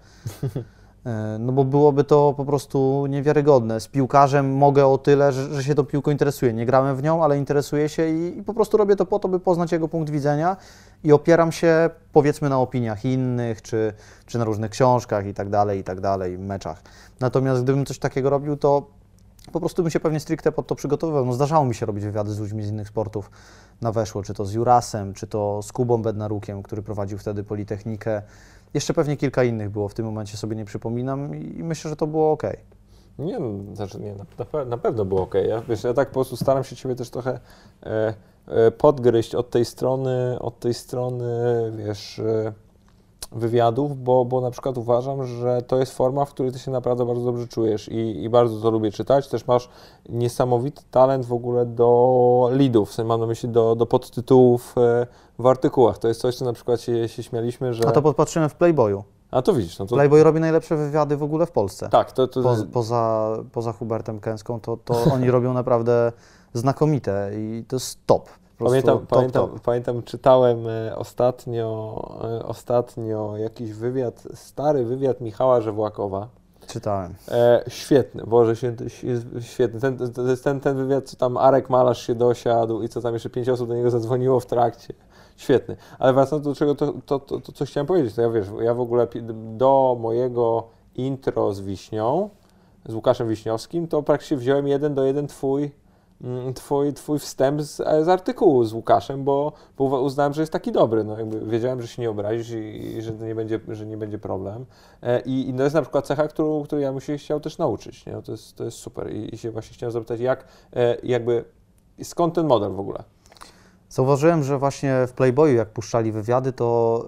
S2: No bo byłoby to po prostu niewiarygodne. Z piłkarzem mogę o tyle, że, że się tą piłką interesuję. Nie grałem w nią, ale interesuję się i, i po prostu robię to po to, by poznać jego punkt widzenia i opieram się powiedzmy na opiniach innych, czy, czy na różnych książkach i tak dalej, i tak dalej, meczach. Natomiast gdybym coś takiego robił, to po prostu bym się pewnie stricte pod to przygotowywał. No zdarzało mi się robić wywiady z ludźmi z innych sportów na weszło, czy to z Jurasem, czy to z Kubą Bednarukiem, który prowadził wtedy Politechnikę. Jeszcze pewnie kilka innych było, w tym momencie sobie nie przypominam i myślę, że to było ok.
S1: Nie, no, znaczy nie, na, na, na pewno było ok. Ja, wiesz, ja tak po prostu staram się Ciebie też trochę e, e, podgryźć od tej strony, od tej strony, wiesz, e, wywiadów, bo, bo na przykład uważam, że to jest forma, w której Ty się naprawdę bardzo dobrze czujesz i, i bardzo to lubię czytać. Też masz niesamowity talent w ogóle do leadów, w sensie mam na myśli do, do podtytułów e, w artykułach. To jest coś, co na przykład się, się śmialiśmy, że...
S2: A to podpatrzyłem w Playboyu.
S1: A to widzisz, no to...
S2: Playboy robi najlepsze wywiady w ogóle w Polsce.
S1: Tak, to... to...
S2: Po, poza, poza Hubertem Kęską, to, to oni robią naprawdę znakomite i to jest top.
S1: Pamiętam,
S2: top,
S1: pamiętam,
S2: top.
S1: pamiętam, czytałem e, ostatnio, e, ostatnio jakiś wywiad, stary wywiad Michała Żewłakowa.
S2: Czytałem.
S1: E, świetny, Boże święty, świetny. Ten, to jest ten, ten wywiad, co tam Arek Malarz się dosiadł i co tam jeszcze pięć osób do niego zadzwoniło w trakcie. Świetny. Ale wracając do czego, to, to, to, to co chciałem powiedzieć, to ja wiesz, ja w ogóle do mojego intro z Wiśnią, z Łukaszem Wiśniowskim, to praktycznie wziąłem jeden do jeden twój Twój, twój wstęp z, z artykułu z Łukaszem, bo, bo uznałem, że jest taki dobry. No, jakby wiedziałem, że się nie obrazisz i, i że, nie będzie, że nie będzie problem. E, i, I to jest na przykład cecha, którą, którą ja bym się chciał też nauczyć. Nie? No, to, jest, to jest super. I, i się właśnie chciałem zapytać, jak, e, jakby, skąd ten model w ogóle?
S2: Zauważyłem, że właśnie w Playboyu, jak puszczali wywiady, to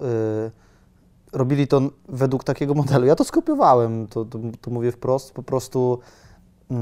S2: yy, robili to według takiego modelu. Ja to skopiowałem, to, to, to mówię wprost, po prostu... Yy,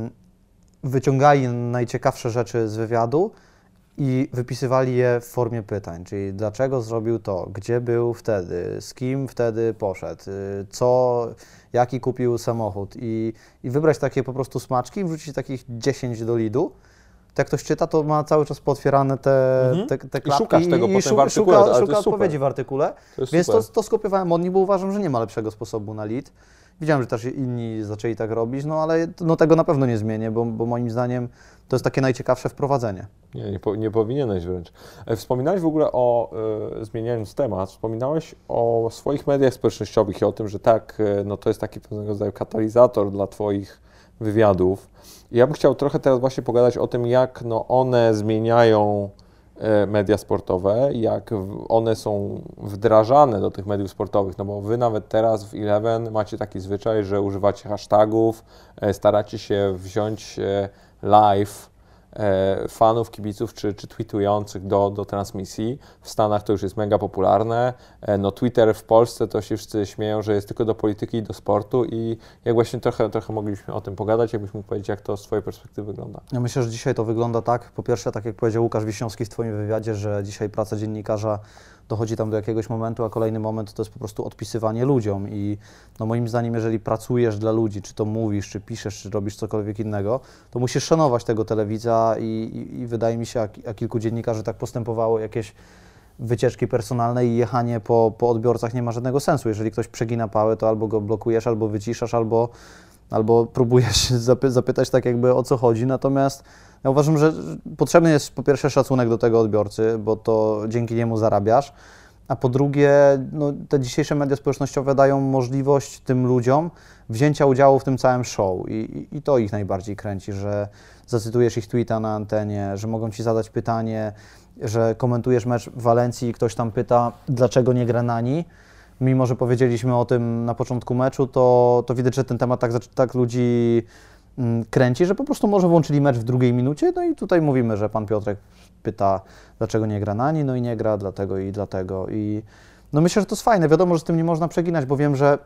S2: wyciągali najciekawsze rzeczy z wywiadu i wypisywali je w formie pytań, czyli dlaczego zrobił to, gdzie był wtedy, z kim wtedy poszedł, co, jaki kupił samochód i, i wybrać takie po prostu smaczki i wrzucić takich dziesięć do lidu. To jak ktoś czyta, to ma cały czas pootwierane te,
S1: mhm.
S2: te, te
S1: klapki. I szukasz tego
S2: i,
S1: potem
S2: szuka,
S1: w artykule,
S2: szuka,
S1: ale
S2: szuka
S1: to jest
S2: odpowiedzi
S1: super.
S2: w artykule,
S1: to
S2: więc
S1: super.
S2: to, to skopiowałem od nich, bo uważam, że nie ma lepszego sposobu na lead. Widziałem, że też inni zaczęli tak robić, no ale no, tego na pewno nie zmienię, bo, bo moim zdaniem to jest takie najciekawsze wprowadzenie.
S1: Nie, nie, po, nie powinieneś wręcz. Wspominałeś w ogóle o, y, zmieniając temat, wspominałeś o swoich mediach społecznościowych i o tym, że tak, y, no to jest taki pewnego rodzaju katalizator dla Twoich wywiadów. I ja bym chciał trochę teraz właśnie pogadać o tym, jak no, one zmieniają y, media sportowe, jak w, one są wdrażane do tych mediów sportowych, no bo Wy nawet teraz w Eleven macie taki zwyczaj, że używacie hashtagów, y, staracie się wziąć y, live e, fanów, kibiców czy, czy tweetujących do, do transmisji. W Stanach to już jest mega popularne. E, no Twitter w Polsce to się wszyscy śmieją, że jest tylko do polityki i do sportu i jak właśnie trochę, trochę mogliśmy o tym pogadać, jakbyś mógł powiedzieć, jak to z Twojej perspektywy wygląda?
S2: Ja myślę, że dzisiaj to wygląda tak, po pierwsze, tak jak powiedział Łukasz Wiśniowski w Twoim wywiadzie, że dzisiaj praca dziennikarza dochodzi tam do jakiegoś momentu, a kolejny moment to jest po prostu odpisywanie ludziom i no moim zdaniem, jeżeli pracujesz dla ludzi, czy to mówisz, czy piszesz, czy robisz cokolwiek innego, to musisz szanować tego telewidza i, i, i wydaje mi się, a, a kilku dziennikarzy tak postępowało, jakieś wycieczki personalne i jechanie po, po odbiorcach nie ma żadnego sensu. Jeżeli ktoś przegina pałę, to albo go blokujesz, albo wyciszasz, albo, albo próbujesz zapy, zapytać tak jakby o co chodzi. Natomiast ja uważam, że potrzebny jest po pierwsze szacunek do tego odbiorcy, bo to dzięki niemu zarabiasz, a po drugie no, te dzisiejsze media społecznościowe dają możliwość tym ludziom wzięcia udziału w tym całym show i, i, i to ich najbardziej kręci, że zacytujesz ich tweeta na antenie, że mogą Ci zadać pytanie, że komentujesz mecz w Walencji i ktoś tam pyta, dlaczego nie gra Nani. Mimo że powiedzieliśmy o tym na początku meczu, to, to widać, że ten temat tak, tak ludzi mm, kręci, że po prostu może włączyli mecz w drugiej minucie, no i tutaj mówimy, że pan Piotrek pyta, dlaczego nie gra Nani, no i nie gra dlatego i dlatego. I no myślę, że to jest fajne, wiadomo, że z tym nie można przeginać, bo wiem, że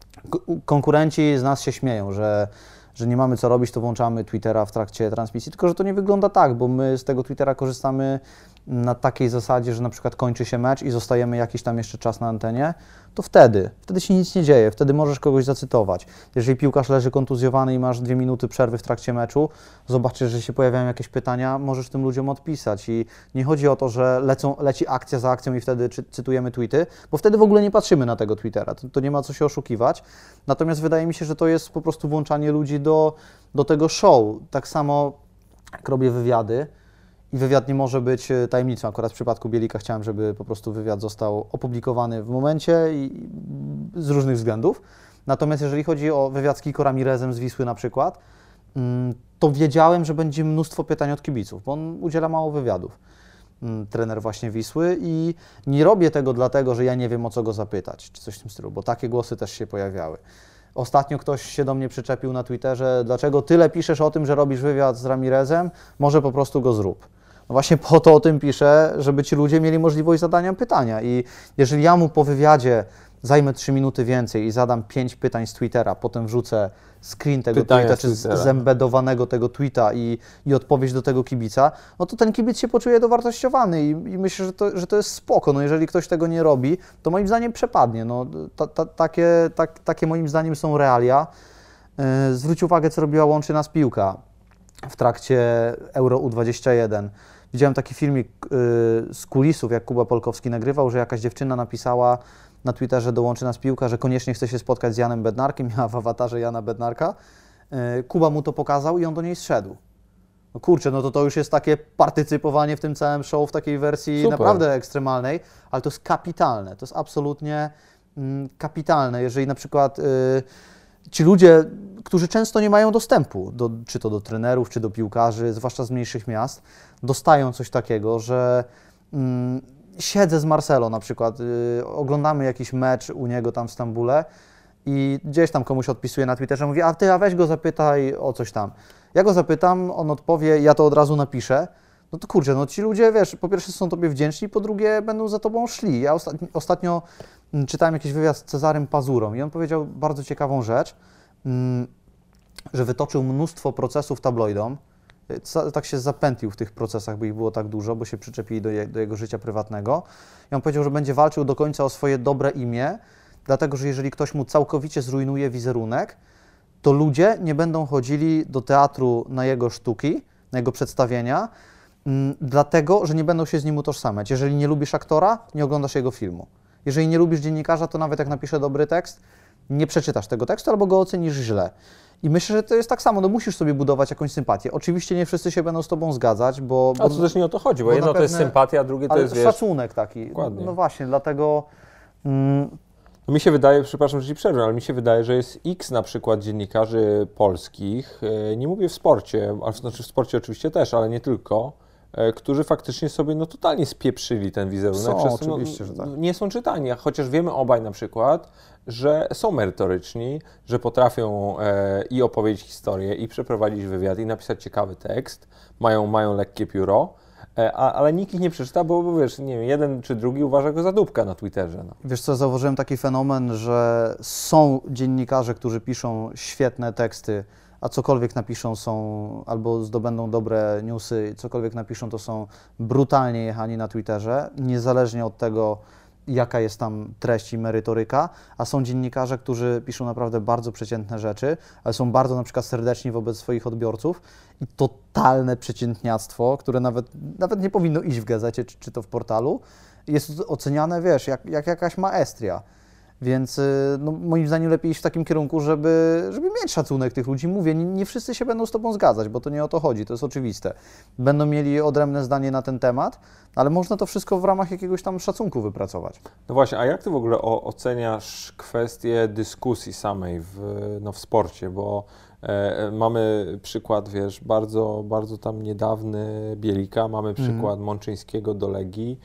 S2: konkurenci z nas się śmieją, że że nie mamy co robić, to włączamy Twittera w trakcie transmisji, tylko że to nie wygląda tak, bo my z tego Twittera korzystamy na takiej zasadzie, że na przykład kończy się mecz i zostajemy jakiś tam jeszcze czas na antenie, to wtedy, wtedy się nic nie dzieje, wtedy możesz kogoś zacytować. Jeżeli piłkarz leży kontuzjowany i masz dwie minuty przerwy w trakcie meczu, zobaczysz, że się pojawiają jakieś pytania, możesz tym ludziom odpisać i nie chodzi o to, że lecą, leci akcja za akcją i wtedy czy, cytujemy tweety, bo wtedy w ogóle nie patrzymy na tego Twittera, to, to nie ma co się oszukiwać, natomiast wydaje mi się, że to jest po prostu włączanie ludzi do, do tego show. Tak samo jak robię wywiady, i wywiad nie może być tajemnicą. Akurat w przypadku Bielika chciałem, żeby po prostu wywiad został opublikowany w momencie i z różnych względów. Natomiast jeżeli chodzi o wywiad z Kiko Ramirezem z Wisły na przykład, to wiedziałem, że będzie mnóstwo pytań od kibiców, bo on udziela mało wywiadów, trener właśnie Wisły i nie robię tego dlatego, że ja nie wiem, o co go zapytać, czy coś w tym stylu, bo takie głosy też się pojawiały. Ostatnio ktoś się do mnie przyczepił na Twitterze, dlaczego tyle piszesz o tym, że robisz wywiad z Ramirezem, może po prostu go zrób. No właśnie po to o tym piszę, żeby ci ludzie mieli możliwość zadania pytania i jeżeli ja mu po wywiadzie zajmę trzy minuty więcej i zadam pięć pytań z Twittera, potem wrzucę screen tego
S1: Pytania
S2: tweeta,
S1: z
S2: czy
S1: Twittera.
S2: zembedowanego tego tweeta i, i odpowiedź do tego kibica, no to ten kibic się poczuje dowartościowany i, i myślę, że to, że to jest spoko. No jeżeli ktoś tego nie robi, to moim zdaniem przepadnie. No, ta, ta, takie, tak, takie moim zdaniem są realia. Yy, zwróć uwagę, co robiła Łączy Nas Piłka w trakcie Euro U dwadzieścia jeden. Widziałem taki filmik yy, z kulisów, jak Kuba Polkowski nagrywał, że jakaś dziewczyna napisała na Twitterze dołączy nas piłka, że koniecznie chce się spotkać z Janem Bednarkiem, miała w awatarze Jana Bednarka. Yy, Kuba mu to pokazał i on do niej zszedł. No kurczę, no to to już jest takie partycypowanie w tym całym show w takiej wersji
S1: Super.
S2: naprawdę ekstremalnej, ale to jest kapitalne, to jest absolutnie mm, kapitalne, jeżeli na przykład yy, ci ludzie, którzy często nie mają dostępu, do, czy to do trenerów, czy do piłkarzy, zwłaszcza z mniejszych miast, dostają coś takiego, że mm, siedzę z Marcelo na przykład, yy, oglądamy jakiś mecz u niego tam w Stambule i gdzieś tam komuś odpisuje na Twitterze, mówi, a ty, a weź go zapytaj o coś tam. Ja go zapytam, on odpowie, ja to od razu napiszę. No to kurczę, no ci ludzie, wiesz, po pierwsze są tobie wdzięczni, po drugie będą za tobą szli. Ja ostatnio, ostatnio czytałem jakiś wywiad z Cezarym Pazurą i on powiedział bardzo ciekawą rzecz, że wytoczył mnóstwo procesów tabloidom. Tak się zapętlił w tych procesach, bo ich było tak dużo, bo się przyczepili do, je, do jego życia prywatnego. I on powiedział, że będzie walczył do końca o swoje dobre imię, dlatego że jeżeli ktoś mu całkowicie zrujnuje wizerunek, to ludzie nie będą chodzili do teatru na jego sztuki, na jego przedstawienia, m, dlatego, że nie będą się z nim utożsamiać. Jeżeli nie lubisz aktora, nie oglądasz jego filmu. Jeżeli nie lubisz dziennikarza, to nawet jak napisze dobry tekst, nie przeczytasz tego tekstu albo go ocenisz źle. I myślę, że to jest tak samo, no musisz sobie budować jakąś sympatię. Oczywiście nie wszyscy się będą z tobą zgadzać, bo...
S1: A to też nie o to chodzi, bo,
S2: bo
S1: jedno
S2: na
S1: to jest
S2: pewne-
S1: sympatia, a drugie to
S2: ale
S1: jest, wiesz...
S2: szacunek taki.
S1: Dokładnie.
S2: No właśnie, dlatego... Mm,
S1: Mi się wydaje, przepraszam, że ci przerwę, ale mi się wydaje, że jest X na przykład dziennikarzy polskich, e, nie mówię w sporcie, ale znaczy w sporcie oczywiście też, ale nie tylko, e, którzy faktycznie sobie no totalnie spieprzyli ten wizerunek.
S2: Są,
S1: Przez to,
S2: oczywiście,
S1: no,
S2: że tak.
S1: nie są czytani, a chociaż wiemy obaj na przykład, że są merytoryczni, że potrafią e, i opowiedzieć historię, i przeprowadzić wywiad, i napisać ciekawy tekst, mają, mają lekkie pióro, e, a, ale nikt ich nie przeczyta, bo, bo wiesz, nie wiem, jeden czy drugi uważa go za dupka na Twitterze. No.
S2: Wiesz co, zauważyłem taki fenomen, że są dziennikarze, którzy piszą świetne teksty, a cokolwiek napiszą są, albo zdobędą dobre newsy, cokolwiek napiszą to są brutalnie jechani na Twitterze, niezależnie od tego, jaka jest tam treść i merytoryka, a są dziennikarze, którzy piszą naprawdę bardzo przeciętne rzeczy, ale są bardzo na przykład serdeczni wobec swoich odbiorców i totalne przeciętniactwo, które nawet, nawet nie powinno iść w gazecie czy, czy to w portalu, jest oceniane, wiesz, jak, jak jakaś maestria. Więc no, moim zdaniem lepiej iść w takim kierunku, żeby, żeby mieć szacunek tych ludzi. Mówię, nie, nie wszyscy się będą z Tobą zgadzać, bo to nie o to chodzi, to jest oczywiste. Będą mieli odrębne zdanie na ten temat, ale można to wszystko w ramach jakiegoś tam szacunku wypracować.
S1: No właśnie, a jak Ty w ogóle o, oceniasz kwestię dyskusji samej w, no, w sporcie, bo e, mamy przykład, wiesz, bardzo, bardzo tam niedawny Bielika, mamy przykład mm. Mączyńskiego do Legii,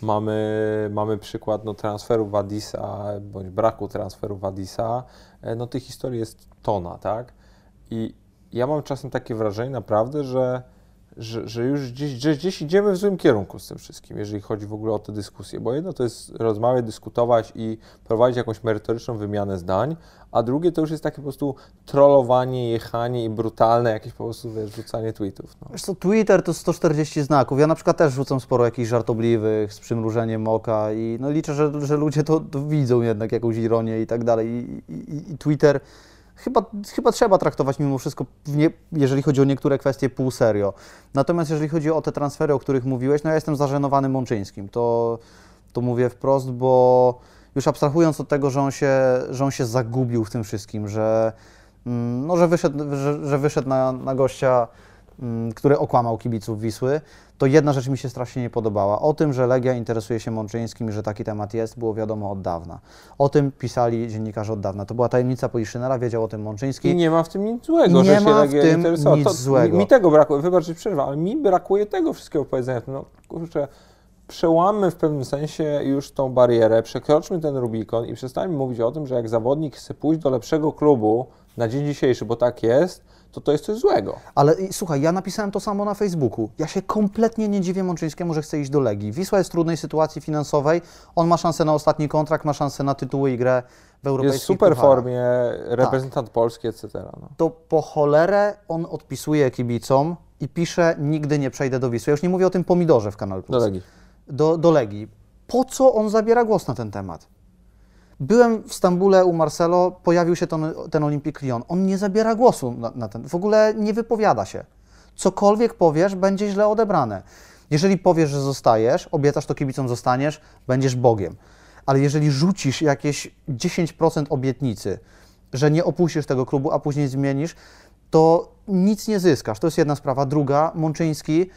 S1: Mamy, mamy przykład no, transferu Wadisa, bądź braku transferu Wadisa. No tych historii jest tona, tak? I ja mam czasem takie wrażenie naprawdę, że, że, że już gdzieś, że gdzieś idziemy w złym kierunku z tym wszystkim, jeżeli chodzi w ogóle o te dyskusje. Bo jedno to jest rozmawiać, dyskutować i prowadzić jakąś merytoryczną wymianę zdań, a drugie to już jest takie po prostu trollowanie, jechanie i brutalne jakieś po prostu wiesz, rzucanie tweetów. No.
S2: Wiesz co, Twitter to sto czterdzieści znaków. Ja na przykład też rzucam sporo jakichś żartobliwych, z przymrużeniem oka i no liczę, że, że ludzie to, to widzą jednak jakąś ironię i tak dalej. I, i, i Twitter chyba, chyba trzeba traktować mimo wszystko, nie, jeżeli chodzi o niektóre kwestie, pół serio. Natomiast jeżeli chodzi o te transfery, o których mówiłeś, no ja jestem zażenowany Mączyńskim. To, to mówię wprost, bo już abstrahując od tego, że on się, że on się zagubił w tym wszystkim, że, no, że wyszedł, że, że wyszedł na, na gościa, który okłamał kibiców Wisły, to jedna rzecz mi się strasznie nie podobała. O tym, że Legia interesuje się Mączyńskim i że taki temat jest, było wiadomo od dawna. O tym pisali dziennikarze od dawna. To była tajemnica Poliszynela, wiedział o tym Mączyński.
S1: I nie ma w tym nic złego,
S2: I
S1: że
S2: nie
S1: się
S2: ma
S1: Legia
S2: w tym
S1: interesowała.
S2: nic
S1: To,
S2: złego.
S1: Mi, mi tego brakuje, wybacz, że przerwę, ale mi brakuje tego wszystkiego powiedzenia. No kurczę, przełammy w pewnym sensie już tą barierę, przekroczmy ten Rubikon i przestańmy mówić o tym, że jak zawodnik chce pójść do lepszego klubu na dzień dzisiejszy, bo tak jest, to to jest coś złego.
S2: Ale słuchaj, ja napisałem to samo na Facebooku. Ja się kompletnie nie dziwię Mączyńskiemu, że chce iść do Legii. Wisła jest w trudnej sytuacji finansowej, on ma szansę na ostatni kontrakt, ma szansę na tytuły i grę w europejskich
S1: Jest w super
S2: pucharach.
S1: formie, reprezentant tak. Polski, et cetera. No.
S2: To po cholerę on odpisuje kibicom i pisze, nigdy nie przejdę do Wisły. Ja już nie mówię o tym pomidorze w Kanal Plus.
S1: Do Legii.
S2: Do, do Legii. Po co on zabiera głos na ten temat? Byłem w Stambule u Marcelo, pojawił się ten, ten Olympique Lyon. On nie zabiera głosu na, na ten, w ogóle nie wypowiada się. Cokolwiek powiesz, będzie źle odebrane. Jeżeli powiesz, że zostajesz, obiecasz to kibicom, zostaniesz, będziesz Bogiem. Ale jeżeli rzucisz jakieś dziesięć procent obietnicy, że nie opuścisz tego klubu, a później zmienisz, to nic nie zyskasz. To jest jedna sprawa. Druga, Mączyński,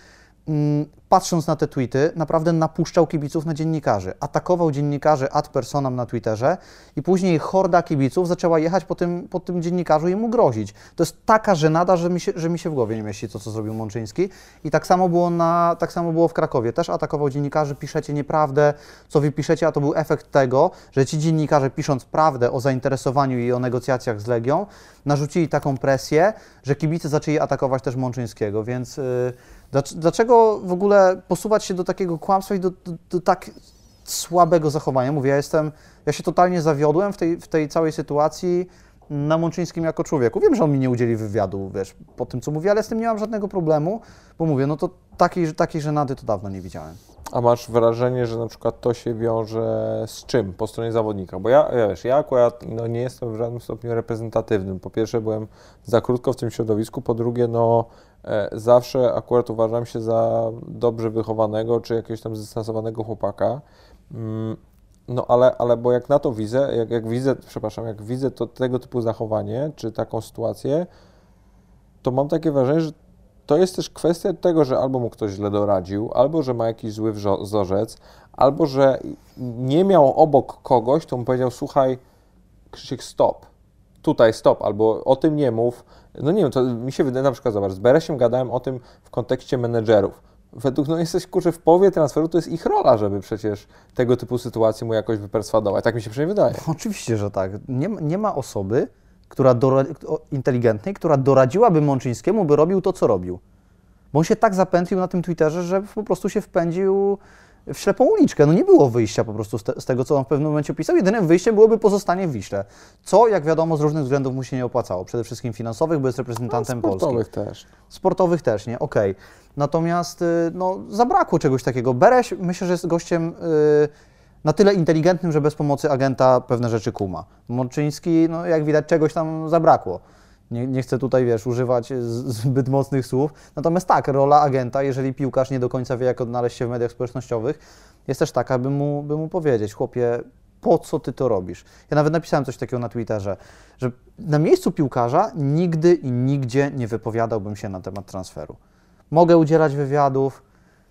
S2: patrząc na te tweety, naprawdę napuszczał kibiców na dziennikarzy. Atakował dziennikarzy ad personam na Twitterze i później horda kibiców zaczęła jechać po tym, po tym dziennikarzu i mu grozić. To jest taka żenada, że mi się, że mi się w głowie nie mieści to, co zrobił Mączyński. I tak samo było, na, tak samo było w Krakowie. Też atakował dziennikarzy, piszecie nieprawdę, co wy piszecie, a to był efekt tego, że ci dziennikarze, pisząc prawdę o zainteresowaniu i o negocjacjach z Legią, narzucili taką presję, że kibice zaczęli atakować też Mączyńskiego, więc yy, dlaczego w ogóle posuwać się do takiego kłamstwa i do, do, do tak słabego zachowania? Mówię, ja jestem, ja się totalnie zawiodłem w tej, w tej całej sytuacji na Mączyńskim jako człowieku. Wiem, że on mi nie udzieli wywiadu, wiesz, po tym, co mówi, ale z tym nie mam żadnego problemu, bo mówię, no to takiej, takiej żenady to dawno nie widziałem.
S1: A masz wrażenie, że na przykład to się wiąże z czym po stronie zawodnika? Bo ja, wiesz, ja akurat no, nie jestem w żadnym stopniu reprezentatywnym. Po pierwsze, byłem za krótko w tym środowisku, po drugie, no e, zawsze akurat uważam się za dobrze wychowanego, czy jakiegoś tam zdystansowanego chłopaka. Mm, no ale, ale bo jak na to widzę, jak, jak widzę, przepraszam, jak widzę to tego typu zachowanie, czy taką sytuację, to mam takie wrażenie, że to jest też kwestia tego, że albo mu ktoś źle doradził, albo że ma jakiś zły wzorzec, albo że nie miał obok kogoś, kto mu powiedział, słuchaj, Krzysiek, stop, tutaj stop, albo o tym nie mów. No nie wiem, to mi się wydaje, na przykład, zobacz, z Beresiem gadałem o tym w kontekście menedżerów. według, no jesteś, kurczę, w połowie transferu, to jest ich rola, żeby przecież tego typu sytuacji mu jakoś wyperswadować. Tak mi się przynajmniej wydaje.
S2: Oczywiście, że tak. Nie, ma- nie ma osoby, która dora- o- inteligentnej, która doradziłaby Mączyńskiemu, by robił to, co robił. Bo on się tak zapętlił na tym Twitterze, że po prostu się wpędził w ślepą uliczkę. No nie było wyjścia po prostu z, te, z tego, co on w pewnym momencie opisał. Jedynym wyjściem byłoby pozostanie w Wiśle. Co, jak wiadomo, z różnych względów mu się nie opłacało. Przede wszystkim finansowych, bo jest reprezentantem
S1: No,
S2: Polski.
S1: sportowych też.
S2: Sportowych też, nie? Okej. Natomiast y, no, zabrakło czegoś takiego. Bereś, myślę, że jest gościem y, na tyle inteligentnym, że bez pomocy agenta pewne rzeczy kuma. Mączyński, no jak widać, czegoś tam zabrakło. Nie, nie chcę tutaj, wiesz, używać z- zbyt mocnych słów. Natomiast tak, rola agenta, jeżeli piłkarz nie do końca wie, jak odnaleźć się w mediach społecznościowych, jest też taka, by mu, by mu powiedzieć, chłopie, po co ty to robisz? Ja nawet napisałem coś takiego na Twitterze, że na miejscu piłkarza nigdy i nigdzie nie wypowiadałbym się na temat transferu. Mogę udzielać wywiadów,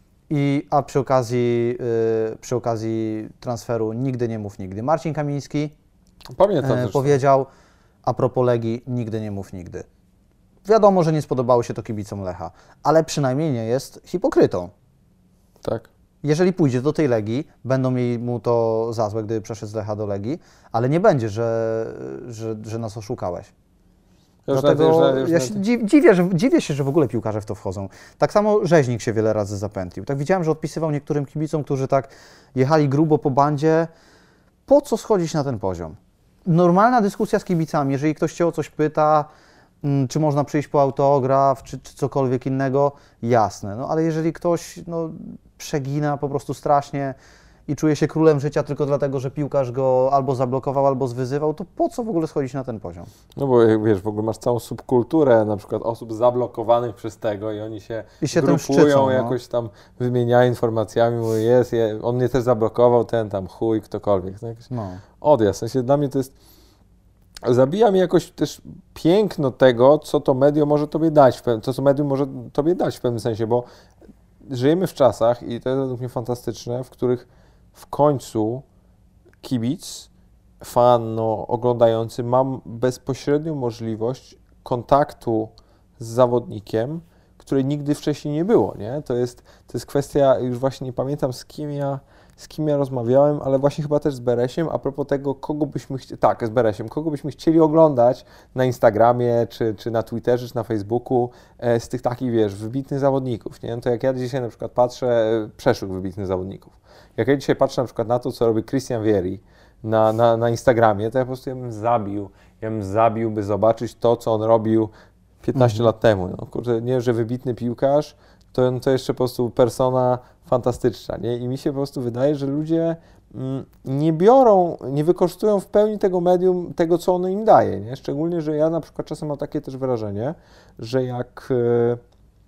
S2: i, a przy okazji, yy, przy okazji transferu nigdy nie mów nigdy. Marcin Kamiński
S1: Pamiętam
S2: e,
S1: też.
S2: powiedział a propos Legii, nigdy nie mów nigdy. Wiadomo, że nie spodobało się to kibicom Lecha, ale przynajmniej nie jest hipokrytą.
S1: Tak.
S2: Jeżeli pójdzie do tej Legii, będą mieli mu to za złe, gdyby przeszedł z Lecha do Legii, ale nie będzie, że, że, że nas oszukałeś.
S1: Ja już
S2: Dlatego
S1: na- już na- już
S2: ja
S1: na-
S2: się dzi- dziwię, że, dziwię się, że w ogóle piłkarze w to wchodzą. Tak samo Rzeźnik się wiele razy zapętlił. Tak widziałem, że odpisywał niektórym kibicom, którzy tak jechali grubo po bandzie. Po co schodzić na ten poziom? Normalna dyskusja z kibicami, jeżeli ktoś cię o coś pyta, mm, czy można przyjść po autograf, czy, czy cokolwiek innego, jasne. No ale jeżeli ktoś no, przegina po prostu strasznie i czuje się królem życia tylko dlatego, że piłkarz go albo zablokował, albo zwyzywał, to po co w ogóle schodzić na ten poziom?
S1: No bo jak wiesz, w ogóle masz całą subkulturę na przykład osób zablokowanych przez tego i oni się,
S2: I się tym
S1: grupują,
S2: szczycą, no.
S1: jakoś tam wymieniają informacjami, mówią, jest, je, on mnie też zablokował, ten tam chuj, ktokolwiek. No, jakoś
S2: No.
S1: odjazd. W sensie dla mnie to jest, zabija mi jakoś też piękno tego, co to medium może tobie dać, w pewnym- to co medium może tobie dać w pewnym sensie, bo żyjemy w czasach i to jest według mnie fantastyczne, w których w końcu kibic, fan no, oglądający ma bezpośrednią możliwość kontaktu z zawodnikiem, której nigdy wcześniej nie było, nie? To jest, to jest kwestia, już właśnie nie pamiętam z kim ja, z kim ja rozmawiałem, ale właśnie chyba też z Beresiem, a propos tego, kogo byśmy chcieli, tak, z Beresiem, kogo byśmy chcieli oglądać na Instagramie, czy, czy na Twitterze, czy na Facebooku, e, z tych takich, wiesz, wybitnych zawodników, nie? No to jak ja dzisiaj na przykład patrzę, e, przeszłych wybitnych zawodników, jak ja dzisiaj patrzę na przykład na to, co robi Christian Vieri na, na, na Instagramie, to ja po prostu ja bym zabił, ja bym zabił, by zobaczyć to, co on robił piętnaście lat temu. No, kurczę, nie, że wybitny piłkarz, to, to jeszcze po prostu persona fantastyczna, nie? I mi się po prostu wydaje, że ludzie mm, nie biorą, nie wykorzystują w pełni tego medium, tego, co ono im daje, nie? Szczególnie, że ja na przykład czasem mam takie też wrażenie, że jak... Yy,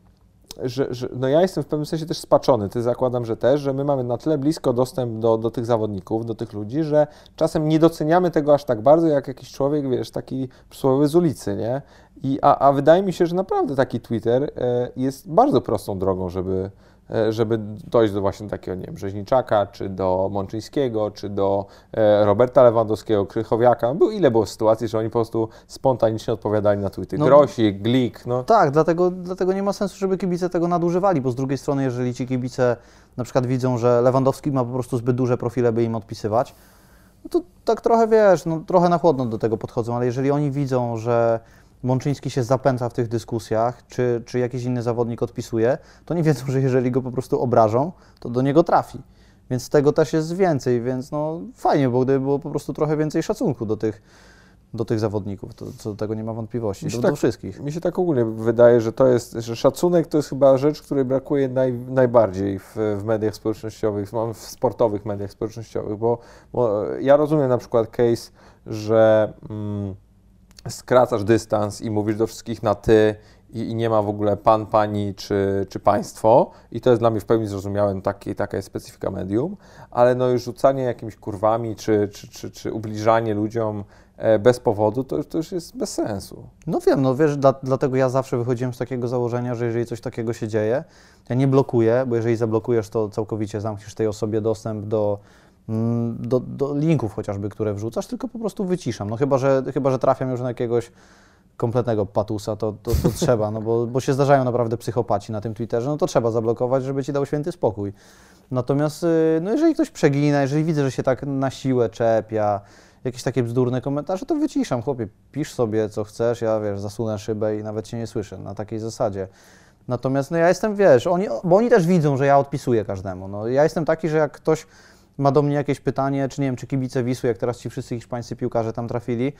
S1: Że, że, no ja jestem w pewnym sensie też spaczony, ty zakładam, że też, że my mamy na tyle blisko dostęp do, do tych zawodników, do tych ludzi, że czasem nie doceniamy tego aż tak bardzo, jak jakiś człowiek, wiesz, taki przysłowiowy z ulicy, nie? I, a, a wydaje mi się, że naprawdę taki Twitter e, jest bardzo prostą drogą, żeby, e, żeby dojść do właśnie takiego, nie wiem, Rzeźniczaka, czy do Mączyńskiego, czy do e, Roberta Lewandowskiego, Krychowiaka. Było, ile było sytuacji, że oni po prostu spontanicznie odpowiadali na tweety.
S2: No,
S1: Grosik, Glik, no.
S2: Tak, dlatego, dlatego nie ma sensu, żeby kibice tego nadużywali, bo z drugiej strony, jeżeli ci kibice na przykład widzą, że Lewandowski ma po prostu zbyt duże profile, by im odpisywać, no to tak trochę, wiesz, no, trochę na chłodno do tego podchodzą, ale jeżeli oni widzą, że Mączyński się zapętla w tych dyskusjach, czy, czy jakiś inny zawodnik odpisuje, to nie wiedzą, że jeżeli go po prostu obrażą, to do niego trafi. Więc tego też jest więcej, więc no fajnie, bo gdyby było po prostu trochę więcej szacunku do tych, do tych zawodników, to co do tego nie ma wątpliwości,
S1: Mi się
S2: do,
S1: tak-
S2: do wszystkich.
S1: Mi się tak ogólnie wydaje, że to jest, że szacunek to jest chyba rzecz, której brakuje naj, najbardziej w, w mediach społecznościowych, w sportowych mediach społecznościowych, bo, bo ja rozumiem na przykład case, że mm, skracasz dystans i mówisz do wszystkich na ty i, i nie ma w ogóle pan, pani czy, czy państwo i to jest dla mnie w pełni zrozumiałe, taki, taka jest specyfika medium, ale no już rzucanie jakimiś kurwami czy, czy, czy, czy ubliżanie ludziom e, bez powodu, to, to już jest bez sensu.
S2: No wiem, no wiesz, dla, dlatego ja zawsze wychodziłem z takiego założenia, że jeżeli coś takiego się dzieje, ja nie blokuję, bo jeżeli zablokujesz, to całkowicie zamkniesz tej osobie dostęp do, mm, do, do linków chociażby, które wrzucasz, tylko po prostu wyciszam. No chyba, że, chyba, że trafiam już na jakiegoś kompletnego patusa, to, to, to trzeba, no bo, bo się zdarzają naprawdę psychopaci na tym Twitterze, no to trzeba zablokować, żeby ci dał święty spokój. Natomiast no jeżeli ktoś przegina, jeżeli widzę, że się tak na siłę czepia, jakieś takie bzdurne komentarze, to wyciszam, chłopie, pisz sobie co chcesz, ja wiesz, zasunę szybę i nawet cię nie słyszę, na takiej zasadzie. Natomiast no ja jestem, wiesz, oni, bo oni też widzą, że ja odpisuję każdemu, no ja jestem taki, że jak ktoś ma do mnie jakieś pytanie, czy nie wiem, czy kibice Wisły, jak teraz ci wszyscy hiszpańscy piłkarze tam trafili,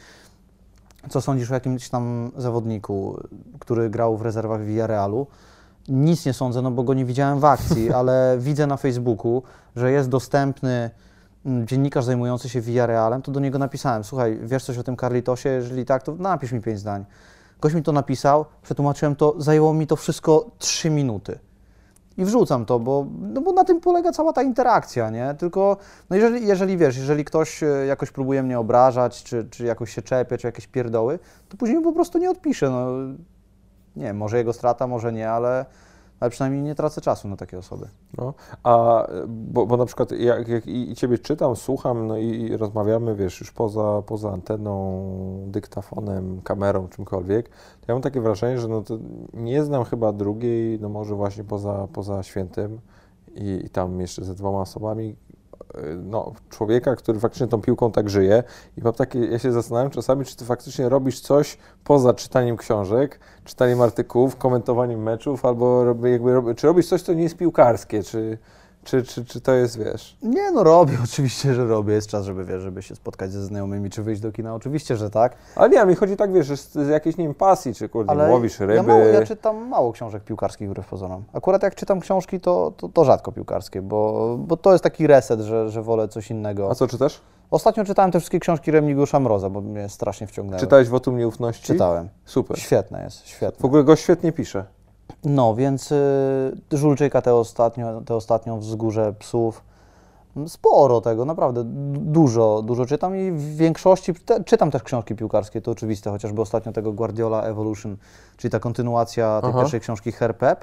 S2: co sądzisz o jakimś tam zawodniku, który grał w rezerwach Villarrealu? Nic nie sądzę, no bo go nie widziałem w akcji, ale widzę na Facebooku, że jest dostępny dziennikarz zajmujący się Villarrealem, to do niego napisałem, słuchaj, wiesz coś o tym Carlitosie? Jeżeli tak, to napisz mi pięć zdań. Gość mi to napisał, przetłumaczyłem to, zajęło mi to wszystko trzy minuty. I wrzucam to, bo, no bo na tym polega cała ta interakcja, nie? Tylko, no jeżeli, jeżeli wiesz, jeżeli ktoś jakoś próbuje mnie obrażać, czy, czy jakoś się czepia, czy jakieś pierdoły, to później mu po prostu nie odpiszę, no. Nie wiem, może jego strata, może nie, ale, ale przynajmniej nie tracę czasu na takie osoby.
S1: No, a bo, bo na przykład jak, jak i, i Ciebie czytam, słucham, no i, i rozmawiamy, wiesz, już poza, poza anteną, dyktafonem, kamerą, czymkolwiek, to ja mam takie wrażenie, że no to nie znam chyba drugiej, no może właśnie poza, poza Świętym i, i tam jeszcze ze dwoma osobami, no, człowieka, który faktycznie tą piłką tak żyje i mam takie, ja się zastanawiam czasami, czy ty faktycznie robisz coś poza czytaniem książek, czytaniem artykułów, komentowaniem meczów, albo jakby, czy robisz coś, co nie jest piłkarskie, czy, czy, czy, czy to jest, wiesz?
S2: Nie, no robię, oczywiście, że robię. Jest czas, żeby, wiesz, żeby się spotkać ze znajomymi, czy wyjść do kina, oczywiście, że tak.
S1: Ale nie, mi chodzi tak, wiesz, z, z jakiejś, nie wiem, pasji, czy kurde,
S2: Ale
S1: łowisz ryby.
S2: Ja, mało, ja czytam mało książek piłkarskich wbrew pozorom. Akurat jak czytam książki, to, to, to rzadko piłkarskie, bo, bo to jest taki reset, że, że wolę coś innego.
S1: A co czytasz?
S2: Ostatnio czytałem te wszystkie książki Remigiusza Mroza, bo mnie strasznie wciągnęły.
S1: Czytałeś Wotum Nieufności?
S2: Czytałem.
S1: Super.
S2: Świetne jest, świetne.
S1: W ogóle go świetnie pisze.
S2: No, więc y, Żulczyka te ostatnio, te ostatnio Wzgórze Psów. Sporo tego, naprawdę dużo, dużo czytam i w większości te, czytam też książki piłkarskie, to oczywiste, chociażby ostatnio tego Guardiola Evolution, czyli ta kontynuacja tej
S1: Aha.
S2: pierwszej książki Herr Pep.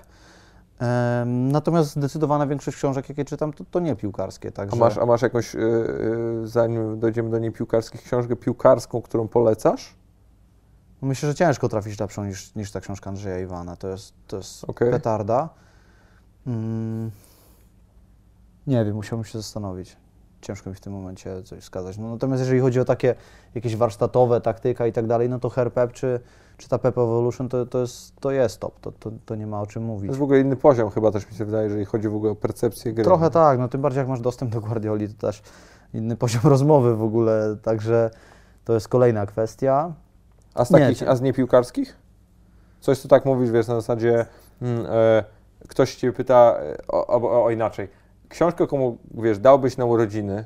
S2: Um, natomiast zdecydowana większość książek, jakie czytam, to, to nie piłkarskie. Także...
S1: A, masz, a masz jakąś, yy, yy, zanim dojdziemy do niepiłkarskich, książkę piłkarską, którą polecasz?
S2: Myślę, że ciężko trafić lepszą niż, niż ta książka Andrzeja Iwana, to jest, to jest
S1: Okay.
S2: petarda. Um, Nie wiem, musiałbym się zastanowić. Ciężko mi w tym momencie coś wskazać. No, natomiast jeżeli chodzi o takie jakieś warsztatowe, taktyka i tak dalej, no to Herr Pep czy, czy ta Pep Evolution to, to, jest, to jest top, to, to, to nie ma o czym
S1: To
S2: mówić.
S1: jest w ogóle inny poziom chyba też mi się wydaje, jeżeli chodzi w ogóle o percepcję gry.
S2: Trochę tak, no tym bardziej jak masz dostęp do Guardioli, to też inny poziom rozmowy w ogóle, także to jest kolejna kwestia.
S1: A z,
S2: Nie,
S1: takich,
S2: czy-
S1: a z niepiłkarskich? Coś, co tak mówisz, wiesz, na zasadzie mm, e, ktoś cię pyta, e, o, o, o inaczej, książkę, komu, wiesz, dałbyś na urodziny,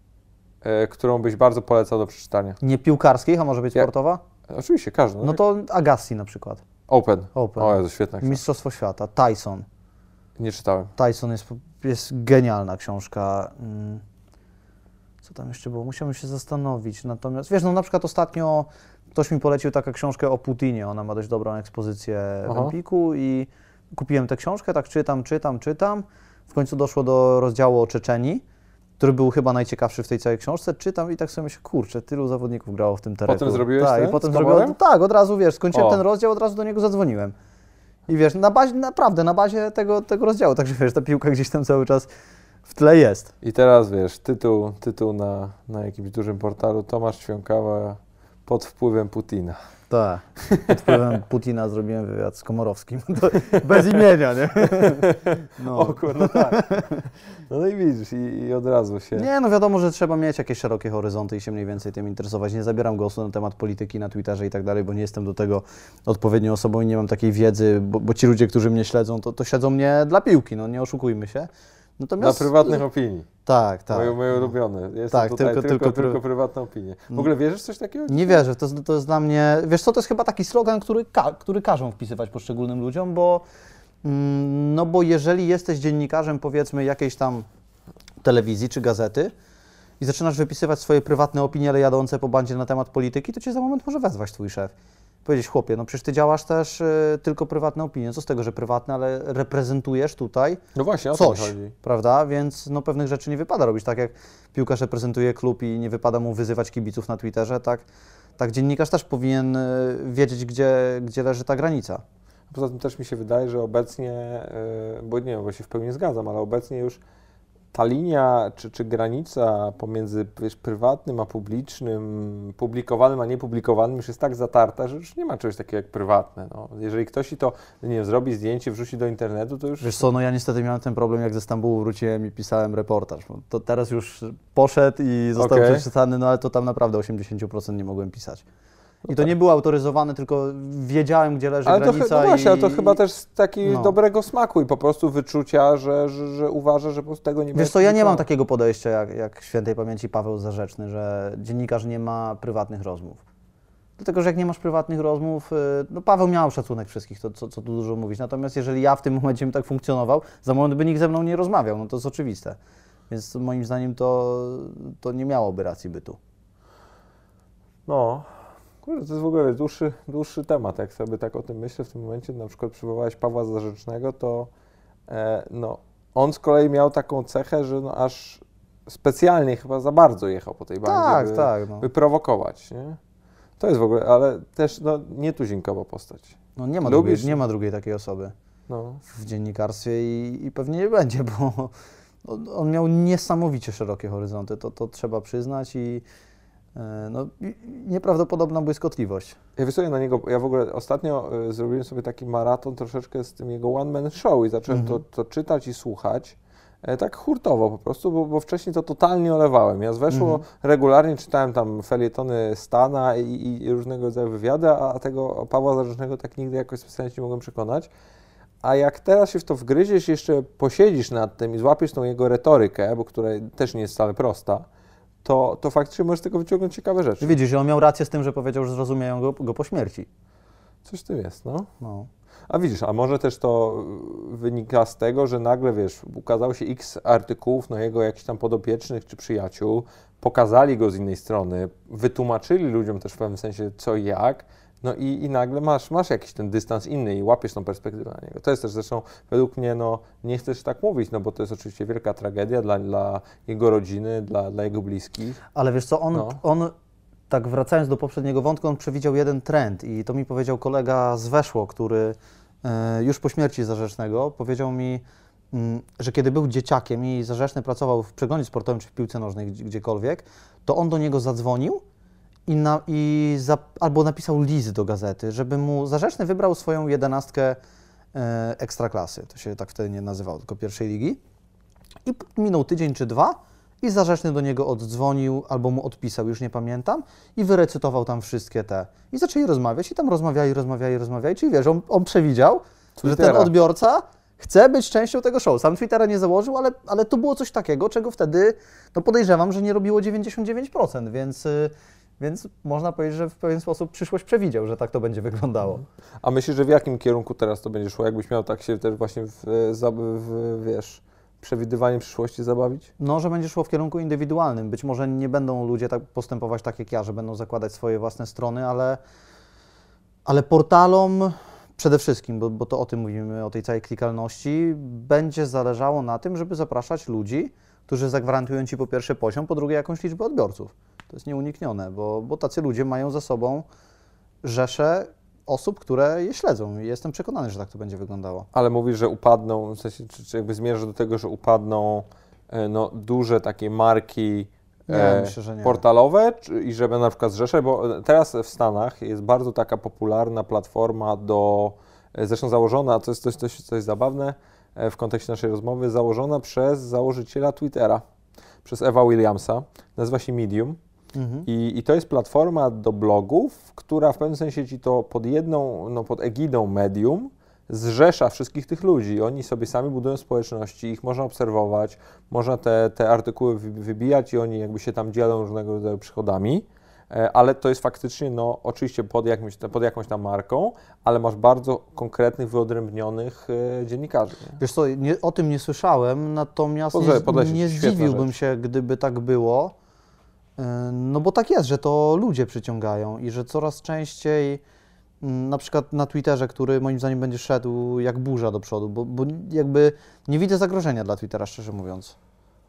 S1: e, którą byś bardzo polecał do przeczytania?
S2: Nie piłkarskich, a może być
S1: Ja-
S2: sportowa?
S1: Oczywiście, każdy.
S2: No to Agassi na przykład,
S1: Open.
S2: Open.
S1: O, Jezu, świetna książka.
S2: Mistrzostwo Świata, Tyson.
S1: Nie czytałem.
S2: Tyson jest, jest genialna książka. Mm. Co tam jeszcze było? Musiałem się zastanowić. Natomiast, wiesz, no na przykład ostatnio ktoś mi polecił taką książkę o Putinie. Ona ma dość dobrą ekspozycję w
S1: Aha.
S2: Empiku i kupiłem tę książkę, tak czytam, czytam, czytam. W końcu doszło do rozdziału o Czeczenii, który był chyba najciekawszy w tej całej książce. Czytam i tak sobie myślę, kurczę, tylu zawodników grało w tym tereku.
S1: Potem zrobiłeś
S2: tak,
S1: ten
S2: i potem
S1: z
S2: zrobiłem,
S1: Komorem?
S2: tak, od razu, wiesz, skończyłem
S1: O.
S2: ten rozdział, od razu do niego zadzwoniłem. I wiesz, na bazie, naprawdę, na bazie tego, tego rozdziału, także wiesz, ta piłka gdzieś tam cały czas w tle jest.
S1: I teraz, wiesz, tytuł, tytuł na, na jakimś dużym portalu, Tomasz Ćwiąkawa pod wpływem Putina.
S2: Tak. Pod wpływem Putina zrobiłem wywiad z Komorowskim. To bez imienia, nie? No.
S1: O kurwa, no tak. No i widzisz, i, i od razu się...
S2: Nie, no wiadomo, że trzeba mieć jakieś szerokie horyzonty i się mniej więcej tym interesować. Nie zabieram głosu na temat polityki na Twitterze i tak dalej, bo nie jestem do tego odpowiednią osobą i nie mam takiej wiedzy, bo, bo ci ludzie, którzy mnie śledzą, to, to śledzą mnie dla piłki, no nie oszukujmy się.
S1: Dla
S2: Natomiast...
S1: prywatnych opinii.
S2: Tak, tak.
S1: Moje, moje ulubione. Jestem
S2: Tak,
S1: tutaj
S2: tylko-
S1: tylko, tylko,
S2: tylko pry-
S1: prywatne opinie. W ogóle wierzysz w coś takiego?
S2: Nie wierzę, to, jest- to jest dla mnie, wiesz co, to jest chyba taki slogan, który, ka, który każą wpisywać poszczególnym ludziom, bo mm, no bo jeżeli jesteś dziennikarzem, powiedzmy, jakiejś tam telewizji czy gazety i zaczynasz wypisywać swoje prywatne opinie, ale jadące po bandzie na temat polityki, to cię za moment może wezwać twój szef. Powiedzieć, chłopie, no przecież ty działasz też y, tylko prywatne opinie, co z tego, że prywatne, ale reprezentujesz tutaj
S1: No właśnie, o to mi
S2: coś,
S1: chodzi.
S2: prawda? Więc no, pewnych rzeczy nie wypada robić, tak jak piłkarz reprezentuje klub i nie wypada mu wyzywać kibiców na Twitterze, tak, tak dziennikarz też powinien y, wiedzieć, gdzie, gdzie leży ta granica.
S1: Poza tym też mi się wydaje, że obecnie, yy, bo nie wiem, bo się w pełni zgadzam, ale obecnie już ta linia czy, czy granica pomiędzy wiesz, prywatnym a publicznym, publikowanym a niepublikowanym już jest tak zatarta, że już nie ma czegoś takiego jak prywatne. No. Jeżeli ktoś ci to, nie wiem, zrobi zdjęcie, wrzuci do internetu, to już...
S2: Wiesz co, no ja niestety miałem ten problem, jak ze Stambułu wróciłem i pisałem reportaż. Bo to teraz już poszedł i został
S1: Okej.
S2: przeczytany, no ale to tam naprawdę osiemdziesiąt procent nie mogłem pisać. I to nie było autoryzowane, tylko wiedziałem, gdzie leży
S1: Ale to,
S2: granica.
S1: chy- no właśnie,
S2: i...
S1: ale to chyba też z taki
S2: no.
S1: dobrego smaku i po prostu wyczucia, że, że, że uważa, że po prostu tego nie będzie.
S2: Wiesz co, ja nie mam
S1: publikował.
S2: takiego podejścia jak, jak świętej pamięci Paweł Zarzeczny, że dziennikarz nie ma prywatnych rozmów. Dlatego, że jak nie masz prywatnych rozmów, y, no Paweł miał szacunek wszystkich, to co, co tu dużo mówić. Natomiast jeżeli ja w tym momencie bym tak funkcjonował, za moment by nikt ze mną nie rozmawiał, no to jest oczywiste. Więc moim zdaniem to, to nie miałoby racji bytu.
S1: No, kurde, to jest w ogóle dłuższy, dłuższy temat. Jak sobie tak o tym myślę w tym momencie, na przykład przywołałeś Pawła Zarzecznego, to e, no, on z kolei miał taką cechę, że no aż specjalnie chyba za bardzo jechał po tej bandzie,
S2: Tak,
S1: by,
S2: tak. No.
S1: by prowokować, nie? To jest w ogóle, ale też no, nietuzinkowa postać.
S2: No nie ma,
S1: Lubisz-
S2: drugiej, nie ma drugiej takiej osoby
S1: No.
S2: w dziennikarstwie i, i pewnie nie będzie, bo on, on miał niesamowicie szerokie horyzonty, to, to trzeba przyznać i e, no, i- nieprawdopodobna błyskotliwość.
S1: Ja wysuję na niego, ja w ogóle ostatnio y, zrobiłem sobie taki maraton troszeczkę z tym jego one man show i zacząłem
S2: Mhm.
S1: to, to czytać i słuchać. E, tak hurtowo po prostu, bo, bo wcześniej to totalnie olewałem. Ja z Weszło
S2: Mhm.
S1: regularnie czytałem tam felietony Stana i, i różnego rodzaju wywiady, a tego Pawła Zarzecznego tak nigdy jakoś specjalnie się nie mogłem przekonać. A jak teraz się w to wgryziesz, jeszcze posiedzisz nad tym i złapiesz tą jego retorykę, bo która też nie jest wcale prosta, to, to faktycznie możesz z tego wyciągnąć ciekawe rzeczy.
S2: Widzisz, on miał rację z tym, że powiedział, że zrozumieją go, go po śmierci.
S1: Coś w tym jest, no.
S2: No.
S1: A widzisz, a może też to y, wynika z tego, że nagle, wiesz, ukazało się x artykułów, no jego jakichś tam podopiecznych czy przyjaciół, pokazali go z innej strony, wytłumaczyli ludziom też w pewnym sensie co i jak, no i, i nagle masz, masz jakiś ten dystans inny i łapiesz tą perspektywę na niego. To jest też zresztą według mnie, no nie chcesz tak mówić, no bo to jest oczywiście wielka tragedia dla, dla jego rodziny, dla, dla jego bliskich.
S2: Ale wiesz co, on,
S1: No.
S2: on, tak wracając do poprzedniego wątku, on przewidział jeden trend i to mi powiedział kolega z Weszło, który e, już po śmierci Zarzecznego powiedział mi, mm, że kiedy był dzieciakiem i Zarzeczny pracował w przeglądzie sportowym czy w piłce nożnej, gdzie- gdziekolwiek, to on do niego zadzwonił i, na, i za, albo napisał list do gazety, żeby mu Zarzeczny wybrał swoją jedenastkę e, ekstraklasy. To się tak wtedy nie nazywało, tylko pierwszej ligi. I p- minął tydzień czy dwa i Zarzeczny do niego oddzwonił albo mu odpisał, już nie pamiętam, i wyrecytował tam wszystkie te. I zaczęli rozmawiać i tam rozmawiali, rozmawiali, rozmawiali. Czyli wiesz, on, on przewidział, że ten
S1: Twittera.
S2: odbiorca chce być częścią tego show. Sam Twittera nie założył, ale, ale to było coś takiego, czego wtedy no podejrzewam, że nie robiło dziewięćdziesiąt dziewięć procent, więc, y, więc można powiedzieć, że w pewien sposób przyszłość przewidział, że tak to będzie wyglądało.
S1: A myślisz, że w jakim kierunku teraz to będzie szło? Jakbyś miał tak się też właśnie w, za- w wiesz, przewidywanie przyszłości zabawić?
S2: No, że będzie szło w kierunku indywidualnym. Być może nie będą ludzie tak postępować tak jak ja, że będą zakładać swoje własne strony, ale, ale portalom przede wszystkim, bo, bo to o tym mówimy, o tej całej klikalności, będzie zależało na tym, żeby zapraszać ludzi, którzy zagwarantują Ci po pierwsze poziom, po drugie jakąś liczbę odbiorców. To jest nieuniknione, bo, bo tacy ludzie mają za sobą rzesze osób, które je śledzą i jestem przekonany, że tak to będzie wyglądało.
S1: Ale mówisz, że upadną, w sensie, czy, czy jakby zmierzasz do tego, że upadną e, no, duże takie marki
S2: Nie, myślę, że nie.
S1: portalowe czy, i że będą na przykład zrzeszać, bo teraz w Stanach jest bardzo taka popularna platforma do, e, zresztą założona, to jest coś, coś, coś zabawne e, w kontekście naszej rozmowy, założona przez założyciela Twittera, przez Ewa Williamsa, nazywa się Medium.
S2: Mhm.
S1: I, I to jest platforma do blogów, która w pewnym sensie ci to pod jedną, no pod egidą medium zrzesza wszystkich tych ludzi. Oni sobie sami budują społeczności, ich można obserwować, można te, te artykuły wy- wybijać i oni jakby się tam dzielą różnego rodzaju przychodami, e, ale to jest faktycznie, no oczywiście pod, jakimś, pod jakąś tam marką, ale masz bardzo konkretnych, wyodrębnionych e, dziennikarzy. Nie?
S2: Wiesz co, nie, o tym nie słyszałem, natomiast
S1: Podle-
S2: nie,
S1: podlesić,
S2: nie
S1: świetna
S2: zdziwiłbym
S1: rzecz.
S2: się, gdyby tak było. Yy, No bo tak jest, że to ludzie przyciągają i że coraz częściej, mm, na przykład na Twitterze, który moim zdaniem będzie szedł jak burza do przodu, bo, bo jakby nie widzę zagrożenia dla Twittera, szczerze mówiąc.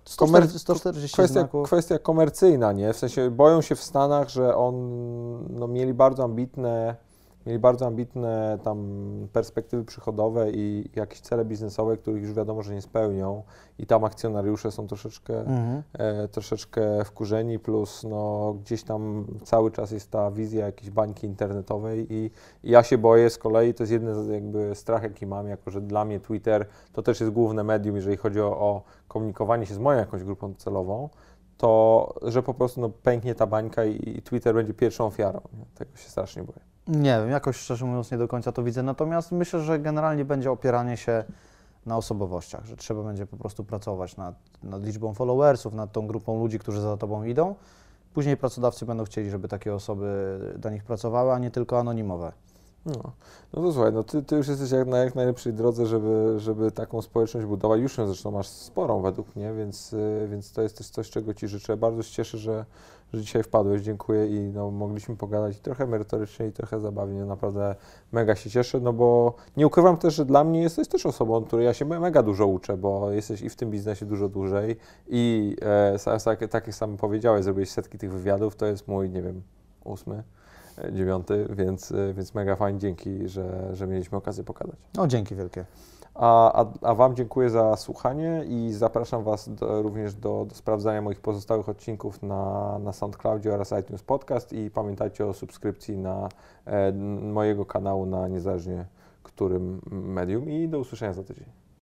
S2: sto
S1: komer-
S2: czterdzieści, sto czterdzieści
S1: kwestia,
S2: znaków.
S1: kwestia komercyjna, nie? W sensie boją się w Stanach, że on, no mieli bardzo ambitne, mieli bardzo ambitne tam perspektywy przychodowe i jakieś cele biznesowe, których już wiadomo, że nie spełnią i tam akcjonariusze są troszeczkę,
S2: Mhm.
S1: e, troszeczkę wkurzeni, plus no gdzieś tam cały czas jest ta wizja jakiejś bańki internetowej i, i ja się boję z kolei, to jest jeden z jakby strach, jaki mam, jako że dla mnie Twitter to też jest główne medium, jeżeli chodzi o, o komunikowanie się z moją jakąś grupą docelową, to że po prostu no, pęknie ta bańka i, i Twitter będzie pierwszą ofiarą. Nie? Tego się strasznie boję.
S2: Nie wiem, jakoś szczerze mówiąc nie do końca to widzę, natomiast myślę, że generalnie będzie opieranie się na osobowościach, że trzeba będzie po prostu pracować nad, nad liczbą followersów, nad tą grupą ludzi, którzy za Tobą idą. Później pracodawcy będą chcieli, żeby takie osoby dla nich pracowały, a nie tylko anonimowe.
S1: No, no to słuchaj, no ty, ty już jesteś jak na jak najlepszej drodze, żeby, żeby taką społeczność budować. Już ją zresztą masz sporą według mnie, więc, y, więc to jest też coś, czego Ci życzę. Bardzo się cieszę, że, że dzisiaj wpadłeś, dziękuję i no, mogliśmy pogadać i trochę merytorycznie i trochę zabawnie. Naprawdę mega się cieszę, no bo nie ukrywam też, że dla mnie jesteś też osobą, której ja się me- mega dużo uczę, bo jesteś i w tym biznesie dużo dłużej i e, tak, tak jak sam powiedziałeś, zrobiłeś setki tych wywiadów, to jest mój, nie wiem, ósmy. dziewiąty, więc, więc mega fajnie, dzięki, że, że mieliśmy okazję pokazać.
S2: No dzięki wielkie.
S1: A, a, a Wam dziękuję za słuchanie i zapraszam Was do, również do, do sprawdzania moich pozostałych odcinków na, na SoundCloudzie oraz iTunes Podcast i pamiętajcie o subskrypcji na e, mojego kanału na niezależnie którym medium i do usłyszenia za tydzień.